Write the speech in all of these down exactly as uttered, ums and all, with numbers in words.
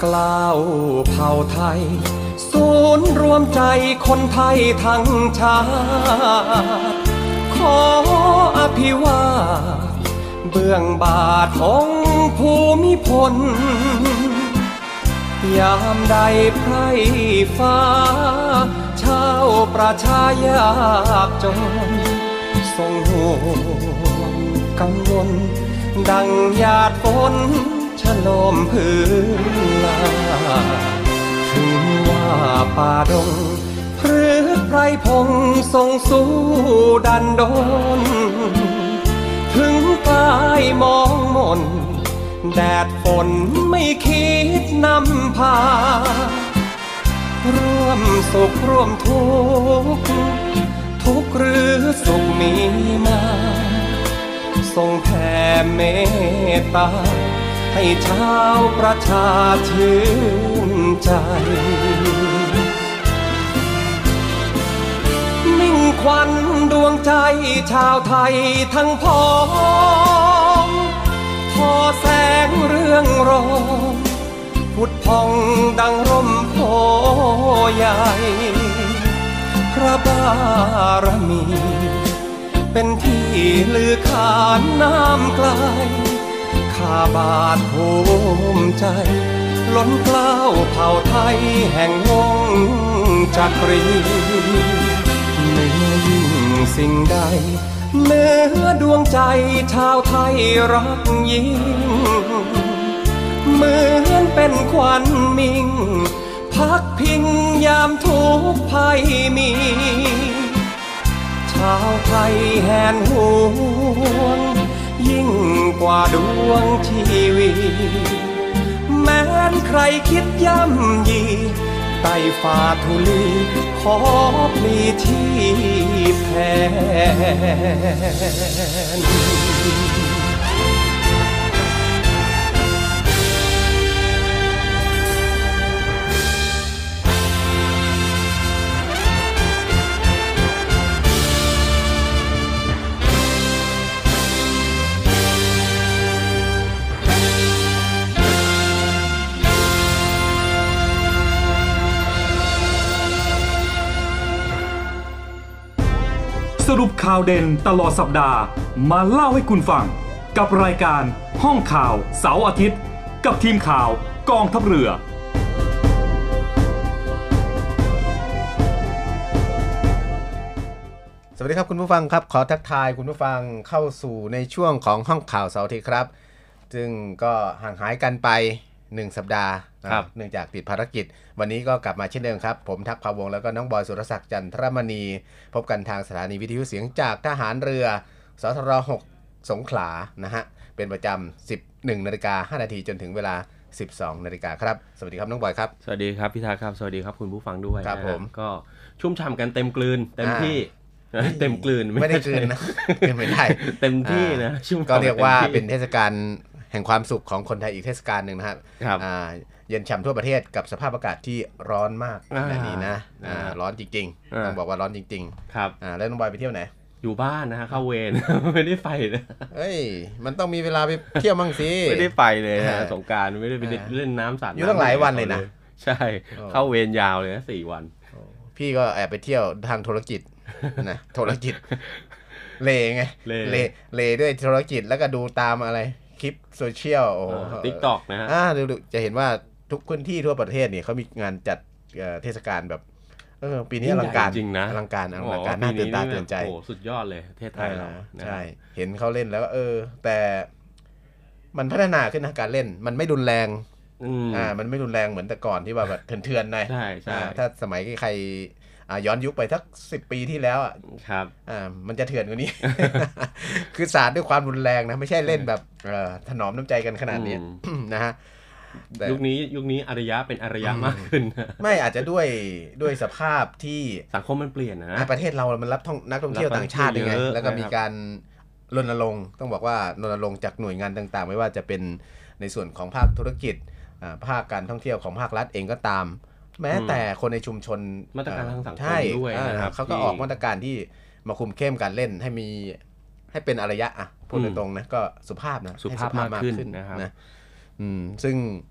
กล้าวเผ่าไทยศูนย์รวมใจคนไทยทั้งชาติขออภิวาทเบื้องบาทของภูมิพลยามใดไพร่ฟ้าชาวประชายากจนทรงห่วงกังวลดังหยาดฝนฉโลมพื้นลาถึงว่าป่าดงพฤกษ์ไพรพงทรงสู้ดันดนถึงกายมองมนแดดฝนไม่คิดนำพาร่วมสุขร่วมทุกข์ทุกข์หรือสุขมีมาทรงแผ่เมตตาให้ชาวประชาชื่นใจมิ่งขวัญดวงใจชาวไทยทั้งพ้องพอแสงเรื่องรองผุดพองดังร่มโพใหญ่พระบารมีเป็นที่ลือขานน้ำไกลข้าบาทภูมิใจล้นเกล้าเผ่าไทยแห่งวงจักรีเหนือยิ่งสิ่งใดเหนือดวงใจชาวไทยรักยิ่งเหมือนเป็นขวัญมิ่งพักพิงยามทุกข์ภัยมีชาวไทยแห่งห่วงยิ่งกว่าดวงชีวิตแม้นใครคิดย่ำยีใต้ฝ่าธุลีขอพลีที่แทนสรุปข่าวเด่นตลอดสัปดาห์มาเล่าให้คุณฟังกับรายการห้องข่าวเสาร์อาทิตย์กับทีมข่าวกองทัพเรือสวัสดีครับคุณผู้ฟังครับขอทักทายคุณผู้ฟังเข้าสู่ในช่วงของห้องข่าวเสาร์อาทิตย์ครับซึ่งก็ห่างหายกันไปหนึ่งสัปดาห์เนื่องจากติดภารกิจวันนี้ก็กลับมาเช่นเดิมครับผมทักภาวงศ์แล้วก็น้องบอยสุรศักดิ์จันทรมณีพบกันทางสถานีวิทยุเสียงจากทหารเรือสทรหกสงขลานะฮะเป็นประจำ สิบเอ็ดนาฬิกาห้านาทีจนถึงเวลา สิบสองนาฬิกาครับสวัสดีครับน้องบอยครับสวัสดีครับพี่ทาครับสวัสดีครับคุณผู้ฟังด้วยครับผมก็ชุ่มฉ่ำกันเต็มกลืนเต็มที่เต็มกลืนไม่ได้กลืนนะกลืนไม่ได้เต็มที่นะก็เรียกว่าเป็นเทศกาลแห่งความสุขของคนไทยอีกเทศกาลหนึ่งนะครับเย็นฉ่ำทั่วประเทศกับสภาพอากาศที่ร้อนมากแบบนี้นะร้อนจริงๆต้องบอกว่าร้อนจริงๆครับแล้วน้องบอยไปเที่ยวไหนอยู่บ้านนะฮะเข้าเวรไม่ได้ไปนะเอ้ยมันต้องมีเวลาไปเที่ยวมั่งสิไม่ได้ไปเลยนะสงกรานต์ไม่ได้ไปเล่นน้ำสาดอยู่ตั้งหลายวันเลยนะใช่เข้าเวรยาวเลยนะสี่วันพี่ก็แอบไปเที่ยวทางธุรกิจนะธุรกิจเลไงเลเลด้วยธุรกิจแล้วก็ดูตามอะไรคลิปโซเชียลโอ้ TikTok นะฮะอ่าดูจะเห็นว่าทุกพื้นที่ทั่วประเทศเนี่ยเขามีงานจัดเทศกาลแบบเออปีนี้อลังการจริงนะอลังการอลังการน่าตื่นตาตื่นใจโอ้สุดยอดเลยประเทศไทยเราใช่เห็นเขาเล่นแล้วเออแต่มันพัฒนาขึ้นนะการเล่นมันไม่รุนแรงอ่ามันไม่รุนแรงเหมือนแต่ก่อนที่ว่าแบบเถื่อนๆหน่อยใช่ใช่ถ้าสมัยใครย้อนยุคไปสักสิบปีที่แล้วอ่ะครับอ่ามันจะเถื่อนกว่านี้ คือสาดด้วยความรุนแรงนะไม่ใช่เล่นแบบถนอมน้ำใจกันขนาดนี้นะฮะยุคนี้ยุคนี้อารยะเป็นอารยะมากขึ้นไม่อาจจะด้วยด้วยสภาพที่สังคมมันเปลี่ยนนะประเทศเรามันรับนักท่องเที่ยวต่างชาติยังไงแล้วก็มีการรณรงค์ต้องบอกว่ารณรงค์จากหน่วยงานต่างๆไม่ว่าจะเป็นในส่วนของภาคธุรกิจภาคการท่องเที่ยวของภาครัฐเองก็ตามแม้แต่คนในชุมชนมาตรการทางสังคมด้วยนะครับเขาก็ออกมาตรการที่มาคุมเข้มการเล่นให้มีให้เป็นอารยะอ่ะพูดตรงๆนะก็สุภาพนะสุภาพมากขึ้นนะครับนะอืมซึ่ง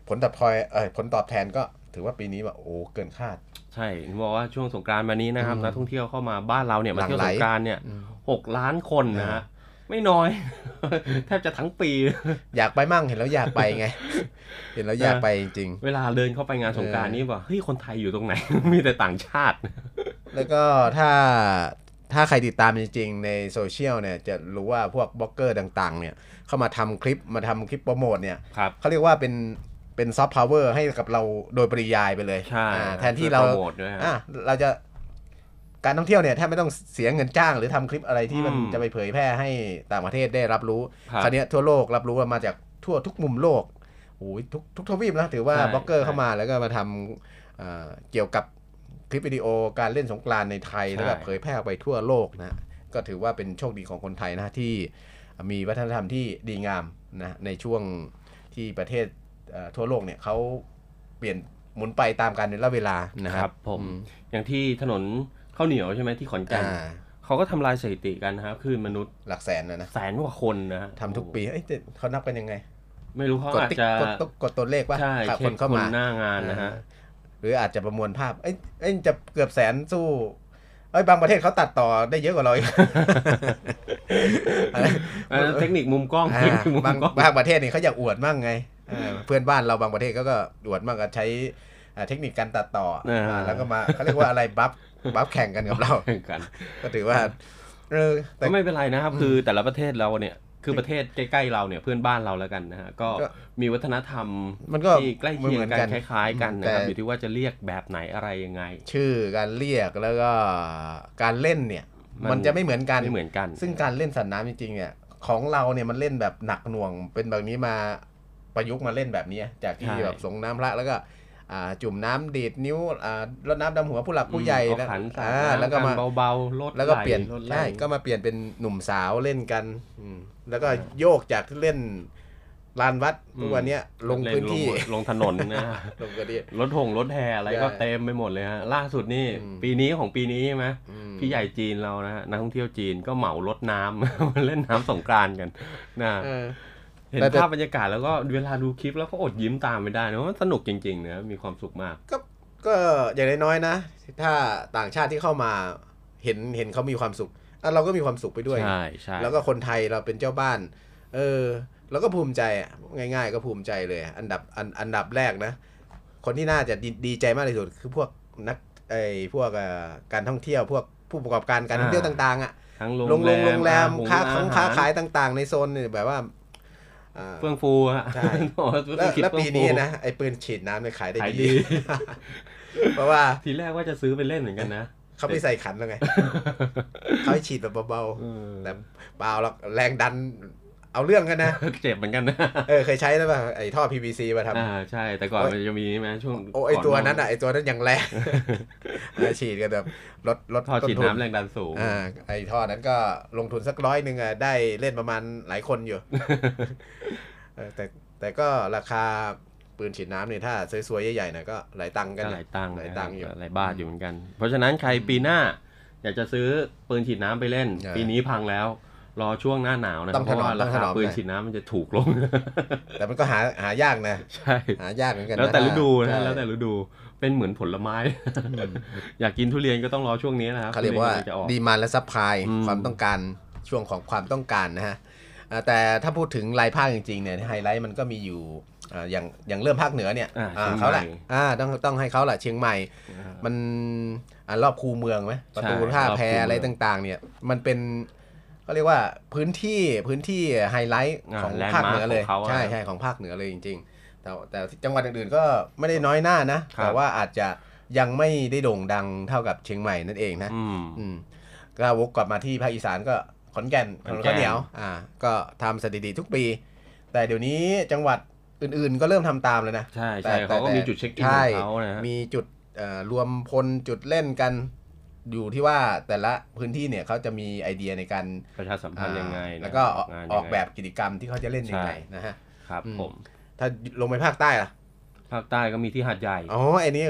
ผลตอบแทนเออผลตอบแทนก็ถือว่าปีนี้แบบโอ้เกินคาดใช่บอกว่าช่วงสงกรานต์มานี้นะครับนักท่องเที่ยวเข้ามาบ้านเราเนี่ยมาเที่ยวสงกรานต์เนี่ยหกล้านคนนะฮะไม่น้อยแทบจะทั้งปีอยากไปมั่งเห็นแล้วอยากไปไงเห็นแล้วอยากไปจริงเวลาเดินเข้าไปงานสงกรานต์นี่ว่าเฮ้ยคนไทยอยู่ตรงไหนมีแต่ต่างชาติแล้วก็ถ้าถ้าใครติดตามจริงๆในโซเชียลเนี่ยจะรู้ว่าพวกบล็อกเกอร์ต่างๆเนี่ยเข้ามาทำคลิปมาทำคลิปโปรโมทเนี่ยเขาเรียกว่าเป็นเป็นซอฟต์พาวเวอร์ให้กับเราโดยปริยายไปเลยแทนที่เราเราจะการท่องเที่ยวเนี่ยแทบไม่ต้องเสียเงินจ้างหรือทำคลิปอะไรที่มันจะไปเผยแพร่ให้ต่างประเทศได้รับรู้คราวนี้ทั่วโลกรับรู้มาจากทั่วทุกมุมโลกโอ้ยทุกทุกทวีปนะถือว่าบล็อกเกอร์เข้ามาแล้วก็มาทำเกี่ยวกับคลิปวิดีโอการเล่นสงกรานต์ในไทยแล้วก็เผยแพร่ไปทั่วโลกนะก็ถือว่าเป็นโชคดีของคนไทยนะที่มีวัฒนธรรมที่ดีงามนะในช่วงที่ประเทศทั่วโลกเนี่ยเขาเปลี่ยนหมุนไปตามกาลเวลานะครับผมอย่างที่ถนนข้าวเหนียวใช่ไหมที่ขอนแก่นเขาก็ทำลายสถิติกันนะครับคือมนุษย์หลักแสนนะนะแสนกว่าคนนะทำทุกปีเอ้ยเขานับกันยังไงไม่รู้เขาอาจจะกดกดตัวเลขว่าคนเข้ามาหน้างานนะฮะหรืออาจจะประมวลภาพเอ้ยเอ้ยจะเกือบแสนสู้เอ้ยบางประเทศเขาตัดต่อได้เยอะกว่าเราอีกเทคนิคมุมกล้องบางบางประเทศนี่เขาอยากอวดมั่งไงเพื่อนบ้านเราบางประเทศเขาก็อวดมั่งก็ใช้เทคนิคการตัดต่อแล้วก็มาเขาเรียกว่าอะไรบัฟบัฟแข่งกันกับเราก็ถือว่าเออแต่ไม่เป็นไรนะครับคือแต่ละประเทศเราเนี่ยคือประเทศใกล้ๆเราเนี่ยเพื่อนบ้านเราแล้วกันนะฮะก็มีวัฒนธรรมที่ใกล้เคียงกันคล้ายๆกันนะครับอยู่ที่ว่าจะเรียกแบบไหนอะไรยังไงชื่อการเรียกแล้วก็การเล่นเนี่ยมันจะไม่เหมือนกันไม่เหมือนกันซึ่งการเล่นสัตว์น้ำจริงๆเนี่ยของเราเนี่ยมันเล่นแบบหนักหน่วงเป็นแบบนี้มาประยุกต์มาเล่นแบบนี้จากที่แบบสงน้ำพระแล้วก็จุ่มน้ำดีดนิ้วรดน้ำดำหัวผู้หลักผู้ใหญ่แล้วแล้วก็มาเบาๆลดแล้วก็เปลี่ยนใช่ก็มาเปลี่ยนเป็นหนุ่มสาวเล่นกันแล้วก็โยกจากเล่นลานวัดทุกวันนี้ลงพื้นที่ลงถนนนะลงกระดิ่งรถหงรถแห่อะไรก็เต็มไปหมดเลยฮะล่าสุดนี่ปีนี้ของปีนี้ใช่ไหมพี่ใหญ่จีนเรานะฮะนักท่องเที่ยวจีนก็เหมารถน้ำมาเล่นน้ำสงกรานต์กันนะเห็นภาพบรรยากาศแล้วก็เวลาดูคลิปแล้วก็อดยิ้มตามไม่ได้นะว่าสนุกจริงๆนะมีความสุขมากก็ก็อย่างน้อยๆนะถ้าต่างชาติที่เข้ามาเห็นเห็นเขามีความสุขเราก็มีความสุขไปด้วยใช่ใช่แล้วก็คนไทยเราเป็นเจ้าบ้านเออเราก็ภูมิใจอ่ะง่ายๆก็ภูมิใจเลยอันดับอันอันดับแรกนะคนที่น่าจะดดีใจมากที่สุดคือพวกนักไอ้พวกการท่องเที่ยวพวกผู้ประกอบการการท่องเที่ยวต่างๆอ่ะทั้งโรงแรมโรงแรมค้าของค้าขายต่างๆในโซนนี่แบบว่าเฟื่องฟูฮะใช่แล้วปีนี้นะไอ้ปืนฉีดน้ำเนี่ยขายได้ดีเพราะว่าทีแรกว่าจะซื้อไปเล่นเหมือนกันนะเขาไม่ใส่ขันแล้วไงเขาให้ฉีดแบบเบาๆแต่เปล่าหรอกแรงดันเอาเรื่องกันนะเจ็บเหมือนกันนะเออเคยใช้แล้วป่ะไอ้ท่อ พี วี ซี มาทำอ่าใช่แต่ก่อนมันจะมีไหมช่วงโอ้ไอ้ตัวนั้นอ่ะไอ้ตัวนั้นยังแรงฉีดกันแบบลดลดท่อฉีดน้ำแรงดันสูงอ่าไอ้ท่อนั้นก็ลงทุนสักร้อยหนึ่งอ่ะได้เล่นประมาณหลายคนอยู่แต่แต่ก็ราคาปืนฉีดน้ำเนี่ยถ้าสวยๆใหญ่ๆหน่อยก็หลายตังค์กันหลายตังค์หลายตังค์อยู่หลายบาทอยู่เหมือนกันเพราะฉะนั้นใครปีหน้าอยากจะซื้อปืนฉีดน้ำไปเล่นปีนี้พังแล้วรอช่วงหน้าหนาวนะเพราะว่าราคาปืนฉีดน้ำมันจะถูกลงแต่มันก็หาหายากนะใช่หายากเหมือนกันแล้วแต่ฤดูนะแล้วแต่ฤดูเป็นเหมือนผลไม้อยากกินทุเรียนก็ต้องรอช่วงนี้นะครับเขาเรียกว่าดีมานด์และซัพพลายความต้องการช่วงของความต้องการนะฮะแต่ถ้าพูดถึงรายภาคจริงๆเนี่ยไฮไลท์มันก็มีอยู่อย่างอย่างเริ่มภาคเหนือเนี่ยเขาแหละต้องต้องให้เขาแหละเชียงใหม่มันรอบคูเมืองไหมประตูท่าแพอะไรต่างๆเนี่ยมันเป็นก็เรียกว่าพื้นที่พื้นที่ไฮไลท์ของภาคเหนือเลยใช่ใช่ของภาคเหนือเลยจริงๆแต่แต่จังหวัดอื่นๆก็ไม่ได้น้อยหน้านะแต่ว่าอาจจะยังไม่ได้โด่งดังเท่ากับเชียงใหม่นั่นเองนะอืมก็วกกลับมาที่ภาคอีสานก็ขอนแก่นขอนข้าวเหนียวอ่าก็ทำสถิติทุกปีแต่เดี๋ยวนี้จังหวัดอื่นๆก็เริ่มทำตามเลยนะใช่ใช่เขาก็มีจุดเช็คอินของเขานะมีจุดรวมพลจุดเล่นกันอยู่ที่ว่าแต่ละพื้นที่เนี่ยเขาจะมีไอเดียในการประชาสัมพันธ์ยังไงแล้วก็ออกแบบกิจกรรมที่เขาจะเล่นยังไงนะฮะครับผมถ้าลงไปภาคใต้ล่ะภาคใต้ก็มีที่หาดใหญ่อ๋อไอ้นี้ก็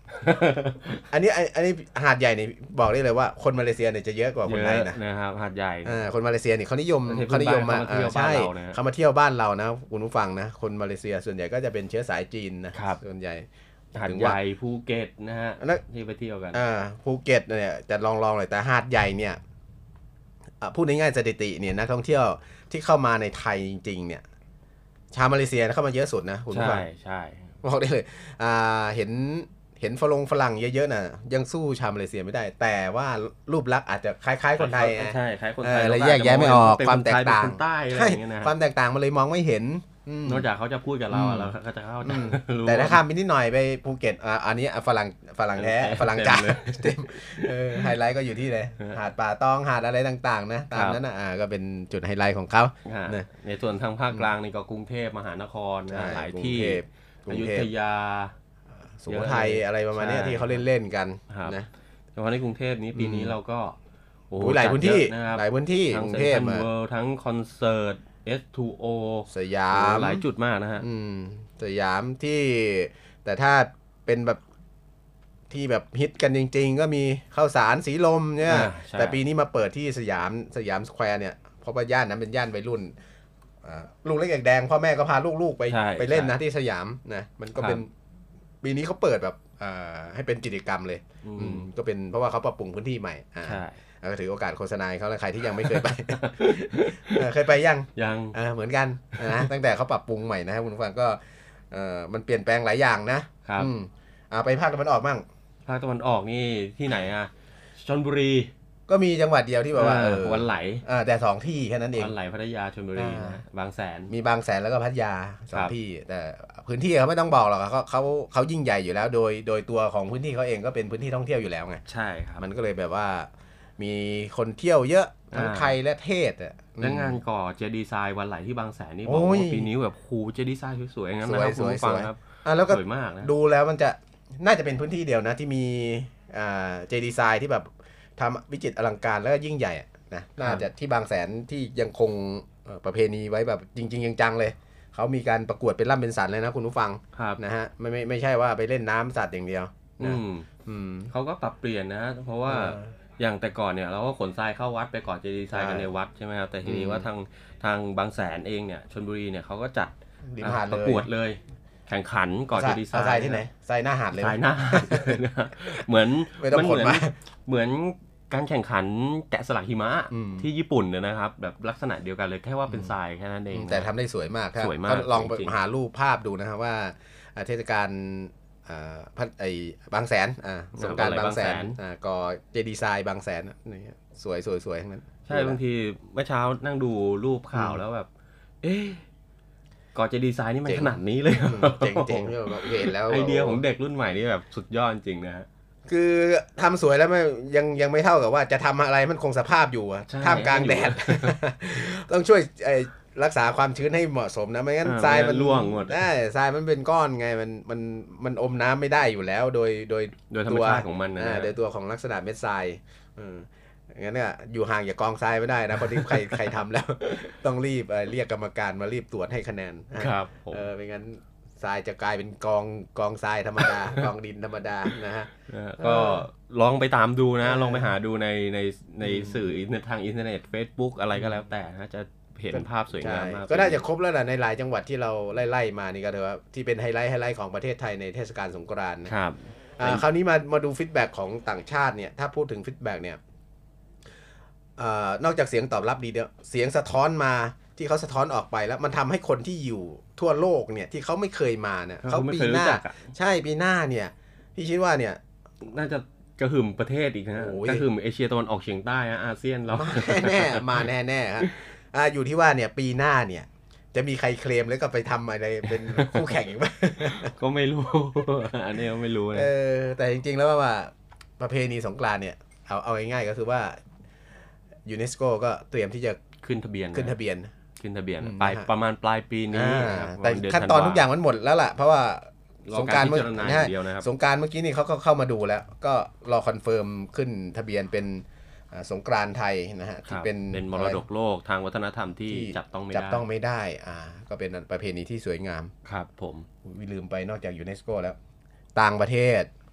อันนี้อันนี้หาดใหญ่เนี่ยบอกได้เลยว่าคนมาเลเซียเนี่ยจะเยอะกว่าคนไทยนะนะครับหาดใหญ่คนมาเลเซียเนี่ยเขานิยมเขานิยมมาใช่เขามาเที่ยวบ้านเรานะคุณผู้ฟังนะคนมาเลเซียส่วนใหญ่ก็จะเป็นเชื้อสายจีนนะส่วนใหญ่หาดใหญ่ภูเก็ตนะฮะที่ไปเที่ยวกันอ่าภูเก็ตเนี่ยจะลองลองเลยแต่หาดใหญ่เนี่ยพูดง่ายๆสถิติเนี่ยนักท่องเที่ยวที่เข้ามาในไทยจริงๆเนี่ยชาวมาเลเซียเข้ามาเยอะสุดนะคุณผู้ฟังใช่ใช่บอกได้เลยอ่าเห็นเห็นฝรั่งฝรั่งเยอะๆน่ะยังสู้ชาวมาเลเซียไม่ได้แต่ว่ารูปลักษณ์อาจจะคล้ายๆคนไทยใช่คล้ายคนไทยเลยแยกแยะไม่ออกความแตกต่างใช่ความแตกต่างมันเลยมองไม่เห็นนอกจากเขาจะพูดกับเราเราก็จะเข้าใจแต่ถ้าข้ามไปนิดหน่อยไปภูเก็ตอันนี้ฝรั่งฝรั่งแท้ฝรั่งจ๋าไฮไลท์ก็อยู่ที่เลยหาดป่าตองหาดอะไรต่างๆนะตามนั้นอ่ะก็เป็นจุดไฮไลท์ของเขาในส่วนทางภาคกลางนี่ก็กรุงเทพมหานครหลายที่อยุธยาสุโขทัยอะไรประมาณนี้ที่เขาเล่นๆกันนะเฉพาะในกรุงเทพนี้ปีนี้เราก็โอ้หลายพื้นที่หลายพื้นที่กรุงเทพทั้งคอนเสิร์ต เอส ทู โอสยามหลายจุดมากนะฮะสยามที่แต่ถ้าเป็นแบบที่แบบฮิตกันจริงๆก็มีข้าวสารสีลมเนี่ยแต่ปีนี้มาเปิดที่สยามสยามสแควร์เนี่ยเพราะว่าย่านนั้นเป็นย่านวัยรุ่นลูกเล็กแดงพ่อแม่ก็พาลูกๆไปไปเล่นนะที่สยามนะมันก็เป็นปีนี้เขาเปิดแบบให้เป็นกิจกรรมเลยก็เป็นเพราะว่าเขาปรับปรุงพื้นที่ใหม่ก็ถือโอกาสโฆษณาเขาและใครที่ยังไม่เคยไปเคยไปยังยังเหมือนกันนะตั้งแต่เขาปรับปรุงใหม่นะครับคุณผู้ฟังก็มันเปลี่ยนแปลงหลายอย่างนะครับไปภาคตะวันออกมั่งภาคตะวันออกนี่ที่ไหนอ่ะชลบุรีก็มีจังหวัดเดียวที่แบบว่าวันไหลแต่สองที่แค่นั้นเองวันไหลพัทยาชลบุรีบางแสนมีบางแสนแล้วก็พัทยาสองที่แต่พื้นที่เขาไม่ต้องบอกหรอกเขาเขาเขายิ่งใหญ่อยู่แล้วโดยโดยตัวของพื้นที่เขาเองก็เป็นพื้นที่ท่องเที่ยวอยู่แล้วไงใช่ครับมันก็เลยแบบว่ามีคนเที่ยวเยอะทั้งไทยและเทศอ่ะและงานก่อเจดีไซน์วันไหลที่บางแสนนี่บอกว่าปีนี้แบบคูเจดีไซน์สวยๆงั้นนะครับคุณผู้ฟังครับสวยมากนะดูแล้วมันจะน่าจะเป็นพื้นที่เดียวนะที่มีอ่าเจดีไซน์ที่แบบทำวิจิตรอลังการแล้วก็ยิ่งใหญ่นะน่าจะที่บางแสนที่ยังคงประเพณีไว้แบบจริงๆจังๆเลยเขามีการประกวดเป็นล่ำเป็นสันเลยนะคุณผู้ฟังนะฮะไม่ไม่ไม่ใช่ว่าไปเล่นน้ำสัตว์อย่างเดียวนะเขาก็ปรับเปลี่ยนนะเพราะว่าอย่างแต่ก่อนเนี่ยเราก็ขนทรายเข้าวัดไปก่อเจดีไซน์กันในวัดใช่ไหมครับแต่ทีนี้ว่าทางทางบางแสนเองเนี่ยชลบุรีเนี่ยเขาก็จัดประกวดเลยแข่งขันก่อเจดีไซน์ทรายที่ไหนทรายหน้าหาดเลยทรายหน้าเหมือนมันเหมือนเหมือนการแข่งขันแกะสลักหิมะที่ญี่ปุ่นเนี่ยนะครับแบบลักษณะเดียวกันเลยแค่ว่าเป็นทรายแค่นั้นเองแต่ทำได้สวยมากสวยมากลองหารูปภาพดูนะครับว่าเทศกาลพัดไอบางแสนสงกรานต์บางแสนก่อเจดีไซน์บางแสนนี่สวยสวยสวยทั้งนั้นใช่บางทีเมื่อเช้านั่งดูรูปข่าวแล้วแบบเอ๊ะก่อเจดีไซน์นี่มันขนาดนี้เลยเจ๋งเจ๋งเห็นแล้วไอเดียของเด็กรุ่นใหม่นี่แบบสุดยอดจริงนะฮะคือทำสวยแล้วไม่ยังยังไม่เท่ากับว่าจะทำอะไรมันคงสภาพอยู่อะท่ามกลางแดดต้องช่วยรักษาความชื้นให้เหมาะสมนะไม่งั้นทรายมันร่วงหมดได้ทรายมันเป็นก้อนไงมันมันมันอมน้ำไม่ได้อยู่แล้วโดยโดยโดยธรรมชาติของมันนะโดยตัวของลักษณะเม็ดทรายงั้นเนี่ยอยู่ห่างจากกองทรายไม่ได้นะเพราะที่ใครใครทำแล้วต้องรีบเรียกกรรมการมารีบตรวจให้คะแนนครับเออไม่งั้นทรายจะกลายเป็นกองกองทรายธรรมดากองดินธรรมดานะฮะก็ลองไปตามดูนะลองไปหาดูในในในสื่อทางอินเทอร์เน็ต Facebook อะไรก็แล้วแต่นะจะเห็นภาพสวยงามมากก็น่าจะครบแล้วแหละในหลายจังหวัดที่เราไล่ๆมานี่ก็ถือว่าที่เป็นไฮไลท์ไฮไลท์ของประเทศไทยในเทศกาลสงกรานต์ครับคราวนี้มามาดูฟีดแบ็กของต่างชาติเนี่ยถ้าพูดถึงฟีดแบ็กเนี่ยนอกจากเสียงตอบรับดีเดียวเสียงสะท้อนมาที่เขาสะท้อนออกไปแล้วมันทำให้คนที่อยู่ทั่วโลกเนี่ยที่เขาไม่เคยมาเนี่ยเขาปีหน้าใช่ปีหน้าเนี่ยพี่คิดว่าเนี่ยน่าจะกระหึ่มประเทศอีกนะกระหึ่มเอเชียตะวันออกเฉียงใต้อาเซียนเราแน่มาแน่แน่ครับอยู่ที่ว่าเนี่ยปีหน้าเนี่ยจะมีใครเคลมแล้วก็ไปทำอะไรเป็นคู่แข่งอีกไหมก็ไม่รู้อันนี้ก็ไม่รู้นะเออแต่จริงๆแล้วว่าประเพณีสงกรานต์เนี่ยเอาเอาง่ายๆก็คือว่ายูเนสโกก็เตรียมที่จะขึ้นทะเบียนขึ้นทะเบียนขึ้นทะเบียนปลายประมาณปลายปีนี้แต่ขั้นตอนทุกอย่างมันหมดแล้วล่ะเพราะว่าสงกรานต์เมื่อสงกรานต์เมื่อกี้นี่เขาก็เข้ามาดูแล้วก็รอคอนเฟิร์มขึ้นทะเบียนเป็นสงกรานต์ไทยนะฮะที่เป็นเป็นมรดกโลกทางวัฒนธรรมที่จับต้องไม่ได้จับต้องไม่ได้อ่าก็เป็นประเพณีที่สวยงามครับผมลืมไปนอกจากยูเนสโกแล้วต่างประเทศ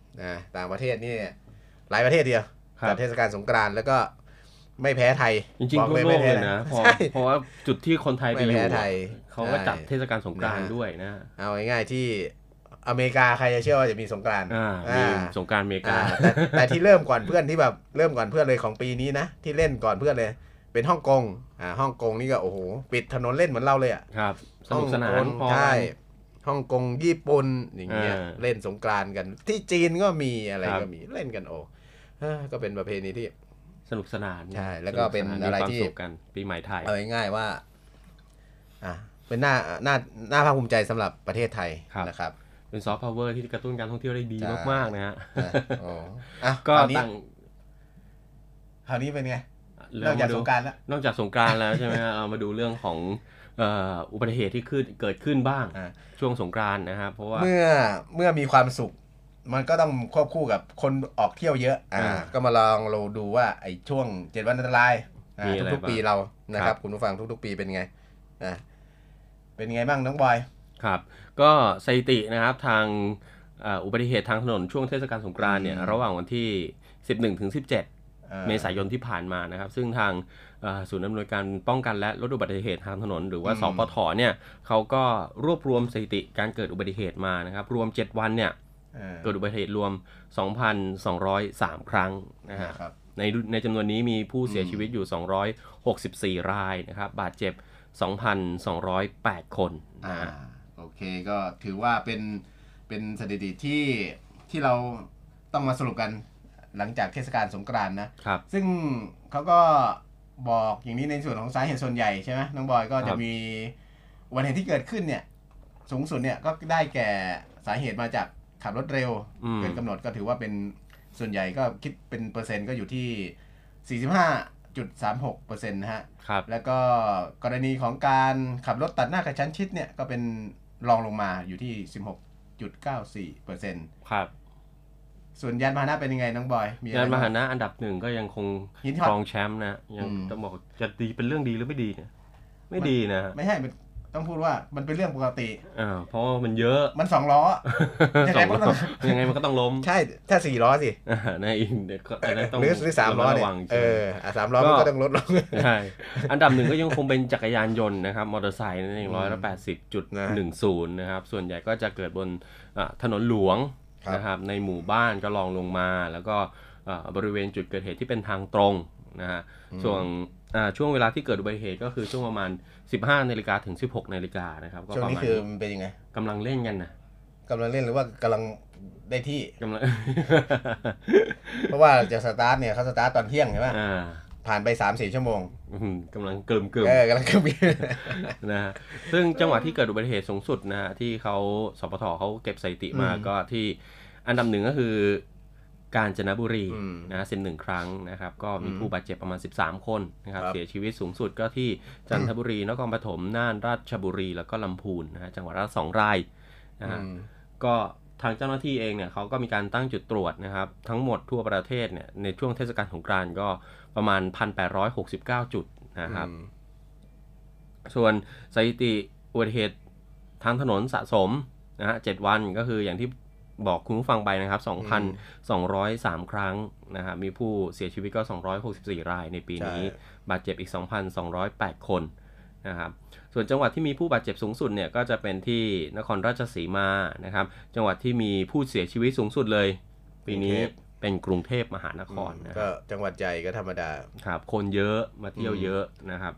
นะต่างประเทศนี่หลายประเทศเดียวจัดเทศกาลสงกรานต์แล้วก็ไม่แพ้ไทยจริงๆทั่วโลกเลยนะเพราะว่าจุดที่คนไทยไปอยู่เขาก็จัดเทศกาลสงกรานต์ด้วยนะเอาง่ายๆที่อเมริกาใครจะเชื่อว่าจะมีสงกรานต์มีสงกรานต์อเมริกาแต่แต่ที่เริ่มก่อนเพื่อนที่แบบเริ่มก่อนเพื่อนเลยของปีนี้นะที่เล่นก่อนเพื่อนเลยเป็นฮ่องกงอ่าฮ่องกงนี่ก็โอ้โหปิดถนนเล่นเหมือนเราเลยอ่ะครับสนุกสนานใช่ฮ่องกงญี่ปุ่นอย่างเงี้ยเล่นสงกรานต์กันที่จีนก็มีอะไรก็มีเล่นกันโอ้ก็เป็นประเพณีที่สนุกสนานใช่แล้วก็เป็นอะไรที่กันปีใหม่ไทยเอาง่ายๆว่าอ่าเป็นหน้าหน้าหน้าภาคภูมิใจสำหรับประเทศไทยนะครับเป็นซอฟต์พาวเวอร์ที่กระตุ้นการท่องเที่ยวได้ดีมากๆนะฮะก็ต่างคราวนี้เป็นไงนอกจากสงกรานต์แล้วนอกจากสงกรานต์แล้วใช่ไหมฮะเอามาดูเรื่องของอุบัติเหตุที่ขึ้นเกิดขึ้นบ้างช่วงสงกรานต์นะครับเพราะว่าเมื่อเมื่อมีความสุขมันก็ต้องควบคู่กับคนออกเที่ยวเยอะอ่าก็มาลองเราดูว่าไอ้ช่วงเจ็ดวันอันตรายทุกๆปีเรานะครับคุณผู้ฟังทุกๆปีเป็นไงอ่าเป็นไงบ้างน้องบอยครับก็สถิตินะครับทางอุบัติเหตุทางถนนช่วงเทศกาลสงกรานต์เนี่ยระหว่างวันที่สิบเอ็ดถึงสิบเจ็ดเมษายนที่ผ่านมานะครับซึ่งทางศูนย์อำนวยการป้องกันและลดอุบัติเหตุทางถนนหรือว่าสปทเนี่ยเขาก็รวบรวมสถิติการเกิดอุบัติเหตุมานะครับรวมเจ็ดวันเนี่ยเกิดอุบัติเหตุรวม สองพันสองร้อยสาม ครั้งนะฮะในในจำนวนนี้มีผู้เสียชีวิตอยู่สองร้อยหกสิบสี่รายนะครับบาดเจ็บ สองพันสองร้อยแปด คนนะฮะโอเคก็ถือว่าเป็นเป็นสถิติที่ที่เราต้องมาสรุปกันหลังจากเทศกาลสงกรานต์นะครับซึ่งเขาก็บอกอย่างนี้ในส่วนของสาเหตุส่วนใหญ่ใช่ไหมน้องบอยก็จะมีอุบัติเหตุที่เกิดขึ้นเนี่ยสูงสุดเนี่ยก็ได้แก่สาเหตุมาจากขับรถเร็วเกินกำหนดก็ถือว่าเป็นส่วนใหญ่ก็คิดเป็นเปอร์เซ็นต์ก็อยู่ที่ สี่สิบห้าจุดสามหกเปอร์เซ็นต์ นะฮะแล้วก็กรณีของการขับรถตัดหน้ากระชั้นชิดเนี่ยก็เป็นรองลงมาอยู่ที่ สิบหกจุดเก้าสี่เปอร์เซ็นต์ครับส่วนยานพาหนะเป็นยังไงน้องบอยยานพาหนะอันดับหนึ่งก็ยังคงครองแชมป์นะยังต้องบอกจะดีเป็นเรื่องดีหรือไม่ดีเนี่ยไม่ดีนะไม่ใช่ต้องพูดว่ามันเป็นเรื่องปกติอ่าเพราะมันเยอะมันสองล้อยังไงมันก็ต้องยังไงมันก็ต้องล้มใช่ถ้าสี่ล้อสิอ่าในอีกเด็กก็อันนั้นต้องหรือสามล้อเนี่ยเออสามล้อมันก็ต้องลดลงใช่อันดับหนึ่งก็ยังคงเป็นจักรยานยนต์นะครับมอเตอร์ไซค์นั่นเองร้อยละแปดสิบจุดหนึ่งศูนย์นะครับส่วนใหญ่ก็จะเกิดบนถนนหลวงนะครับในหมู่บ้านก็ลองลงมาแล้วก็บริเวณจุดเกิดเหตุที่เป็นทางตรงนะฮะส่วนช่วงเวลาที่เกิดอุบัติเหตุก็คือช่วงประมาณ สิบห้านาฬิกาถึง สิบหกนาฬิกานะครับก็ประมาณช่วงนี้คือมันเป็นยังไงกำลังเล่นกันนะกำลังเล่นหรือว่ากำลังได้ที่กำลังเพราะว่าจะสตาร์ทเนี่ยเขาสตาร์ทตอนเที่ยงใช่ไหมผ่านไป สามถึงสี่ ชั่วโมงกำลังเกิมเกิมเออกำลังเกิมนะฮะซึ่งจังหวะที่เกิดอุบัติเหตุสูงสุดนะฮะที่เขาสปทเขาเก็บสถิติมาก็ที่อันดับหนึ่งก็คือกาญจนบุรีนะสิบเอ็ดครั้งนะครับก็มีผู้บาดเจ็บประมาณสิบสามคนนะครับเสียชีวิตสูงสุดก็ที่จันทบุรีนครปฐมน่านราชบุรีแล้วก็ลำพูนนะฮะจังหวัดละสองรายนะฮะก็ทางเจ้าหน้าที่เองเนี่ยเขาก็มีการตั้งจุดตรวจนะครับทั้งหมดทั่วประเทศเนี่ยในช่วงเทศกาลสงกรานต์ก็ประมาณ หนึ่งพันแปดร้อยหกสิบเก้า จุดนะครับส่วนสถิติอุบัติเหตุทางถนนสะสมนะฮะเจ็ดวันก็คืออย่างที่บอกคุณผู้ฟังไปนะครับ สองพันสองร้อยสาม ครั้งนะครับมีผู้เสียชีวิตก็สองร้อยหกสิบสี่รายในปีนี้บาดเจ็บอีก สองพันสองร้อยแปด คนนะครับส่วนจังหวัดที่มีผู้บาดเจ็บสูงสุดเนี่ยก็จะเป็นที่นครราชสีมานะครับจังหวัดที่มีผู้เสียชีวิตสูงสุดเลยปีนี้เป็นกรุงเทพมหานครนะก็จังหวัดใหญ่ก็ธรรมดาครับคนเยอะมาเที่ยวเยอะนะครับ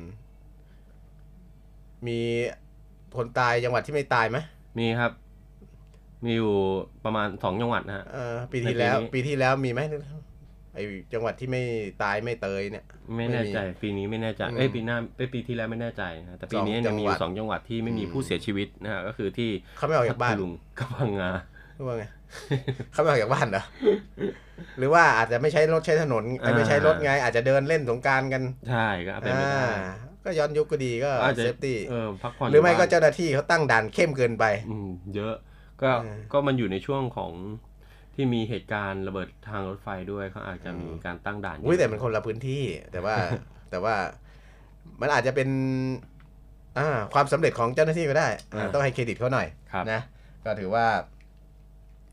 มีคนตายจังหวัดที่ไม่ตายไหมมีครับมีอยู่ประมาณสองจังหวัดนะฮะปีที่แล้วปีที่แล้วมีไหมไอจังหวัดที่ไม่ตายไม่เตยเนี่ยไม่แน่ใจปีนี้ไม่แน่ใจเอ้ยปีหน้าไปปีที่แล้วไม่แน่ใจนะแต่ปีนี้ยังมีอยู่สองจังหวัดที่ไม่มีผู้เสียชีวิตนะฮะก็คือที่เขาไม่ออกจากบ้านลุงกับพังงาว่าไงเขาไม่ออกจากบ้านเหรอหรือว่าอาจจะไม่ใช้รถใช้ถนนไม่ใช้รถไงอาจจะเดินเล่นสงกรานต์กันใช่ก็เป็นไปได้ก็ย้อนยุคก็ดีก็เซฟตี้พักผ่อนหรือไม่ก็เจ้าหน้าที่เขาตั้งด่านเข้มเกินไปเยอะก็ก็มันอยู่ในช่วงของที่มีเหตุการณ์ระเบิดทางรถไฟด้วยเขาอาจจะมีการตั้งด่านอุ้ยแต่มันคนละพื้นที่แต่ว่าแต่ว่ามันอาจจะเป็นอ่าความสำเร็จของเจ้าหน้าที่ก็ได้ต้องให้เครดิตเขาหน่อยนะก็ถือว่า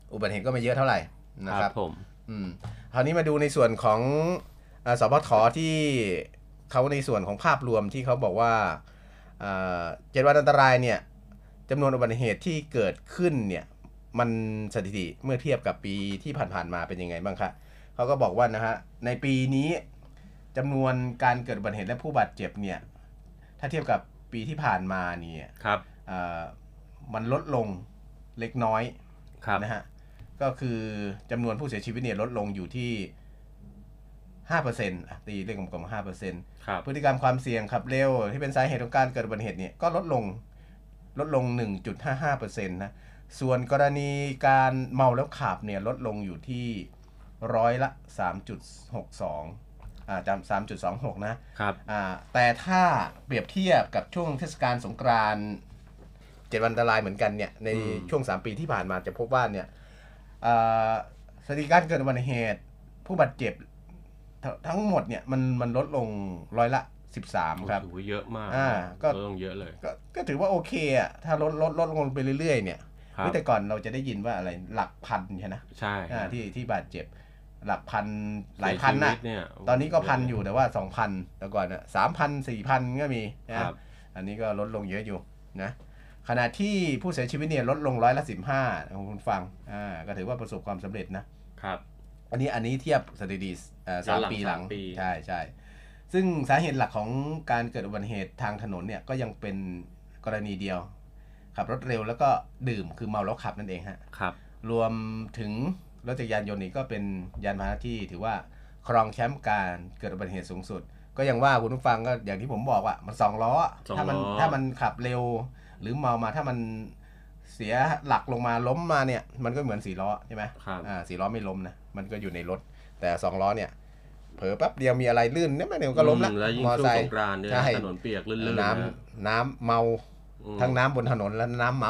อุบัติเหตุก็ไม่เยอะเท่าไหร่นะครับผมอืมคราวนี้มาดูในส่วนของสพทที่เขาในส่วนของภาพรวมที่เขาบอกว่าเจ็ดวันอันตรายเนี่ยจำนวนอุบัติเหตุที่เกิดขึ้นเนี่ยมันสถิติเมื่อเทียบกับปีที่ผ่านๆมาเป็นยังไงบ้างคะเขาก็บอกว่านะฮะในปีนี้จำนวนการเกิดอุบัติเหตุและผู้บาดเจ็บเนี่ยถ้าเทียบกับปีที่ผ่านมาเนี่ยครับมันลดลงเล็กน้อยนะฮะก็คือจำนวนผู้เสียชีวิตเนี่ยลดลงอยู่ที่ ห้าเปอร์เซ็นต์ อ่ะตีเลขกลมๆ ห้าเปอร์เซ็นต์ พฤติกรรมความเสี่ยงขับเร็วที่เป็นสาเหตุของการเกิดอุบัติเหตุเนี่ยก็ลดลงลดลง หนึ่งจุดห้าห้าเปอร์เซ็นต์ นะส่วนกรณีการเมาแล้วขับเนี่ยลดลงอยู่ที่ร้อยละ สามจุดหกสอง อ่าจำ สามจุดสองหก นะครับอ่าแต่ถ้าเปรียบเทียบกับช่วงเทศกาลสงกรานต์เจ็ดวันอันตรายเหมือนกันเนี่ยในช่วงสามปีที่ผ่านมาจะพบว่าเนี่ยสถิติการเกิดอุบัติเหตุผู้บาดเจ็บทั้งหมดเนี่ยมันมันลดลงร้อยละสิบสามครับถือว่าเยอะมากอ่าก็ลดลงเยอะเลยก็ก็ถือว่าโอเคอ่ะถ้าลดลดลดลงไปเรื่อยๆเนี่ยแต่ก่อนเราจะได้ยินว่าอะไรหลักพันใช่ไหมใช่อ่าที่ที่บาดเจ็บหลักพันหลายพันนะตอนนี้ก็พันอยู่แต่ว่าสองพันแต่ก่อนอ่ะสามพันสี่พันก็มีนะอันนี้ก็ลดลงเยอะอยู่นะขณะที่ผู้เสียชีวิตเนี่ยลดลงร้อยละสิบห้าคุณฟังอ่าก็ถือว่าประสบความสำเร็จนะครับอันนี้อันนี้เทียบสถิติสามปีหลังใช่ใช่ซึ่งสาเหตุหลักของการเกิดอุบัติเหตุทางถนนเนี่ยก็ยังเป็นกรณีเดียวขับรถเร็วแล้วก็ดื่มคือเมาแล้วขับนั่นเองฮะครับรวมถึงรถจักรยานยนต์นี่ก็เป็นยานพาหนะที่ถือว่าครองแชมป์การเกิดอุบัติเหตุสูงสุดก็ยังว่าคุณผู้ฟังก็อย่างที่ผมบอกว่ามันสองล้อถ้ามันถ้ามันขับเร็วหรือเมามาถ้ามันเสียหลักลงมาล้มมาเนี่ยมันก็เหมือนสี่ล้อใช่ไหมอ่าสี่ล้อไม่ล้มนะมันก็อยู่ในรถแต่สองล้อเนี่ยเผลอแป๊บเดียวมีอะไรลื่นเนี่ยมันเดี๋ยวก็ล้มละมอไซค์ถนนเปียกลื่นๆน้ำน้ำเมาทั้งน้ำบนถนนและน้ำเมา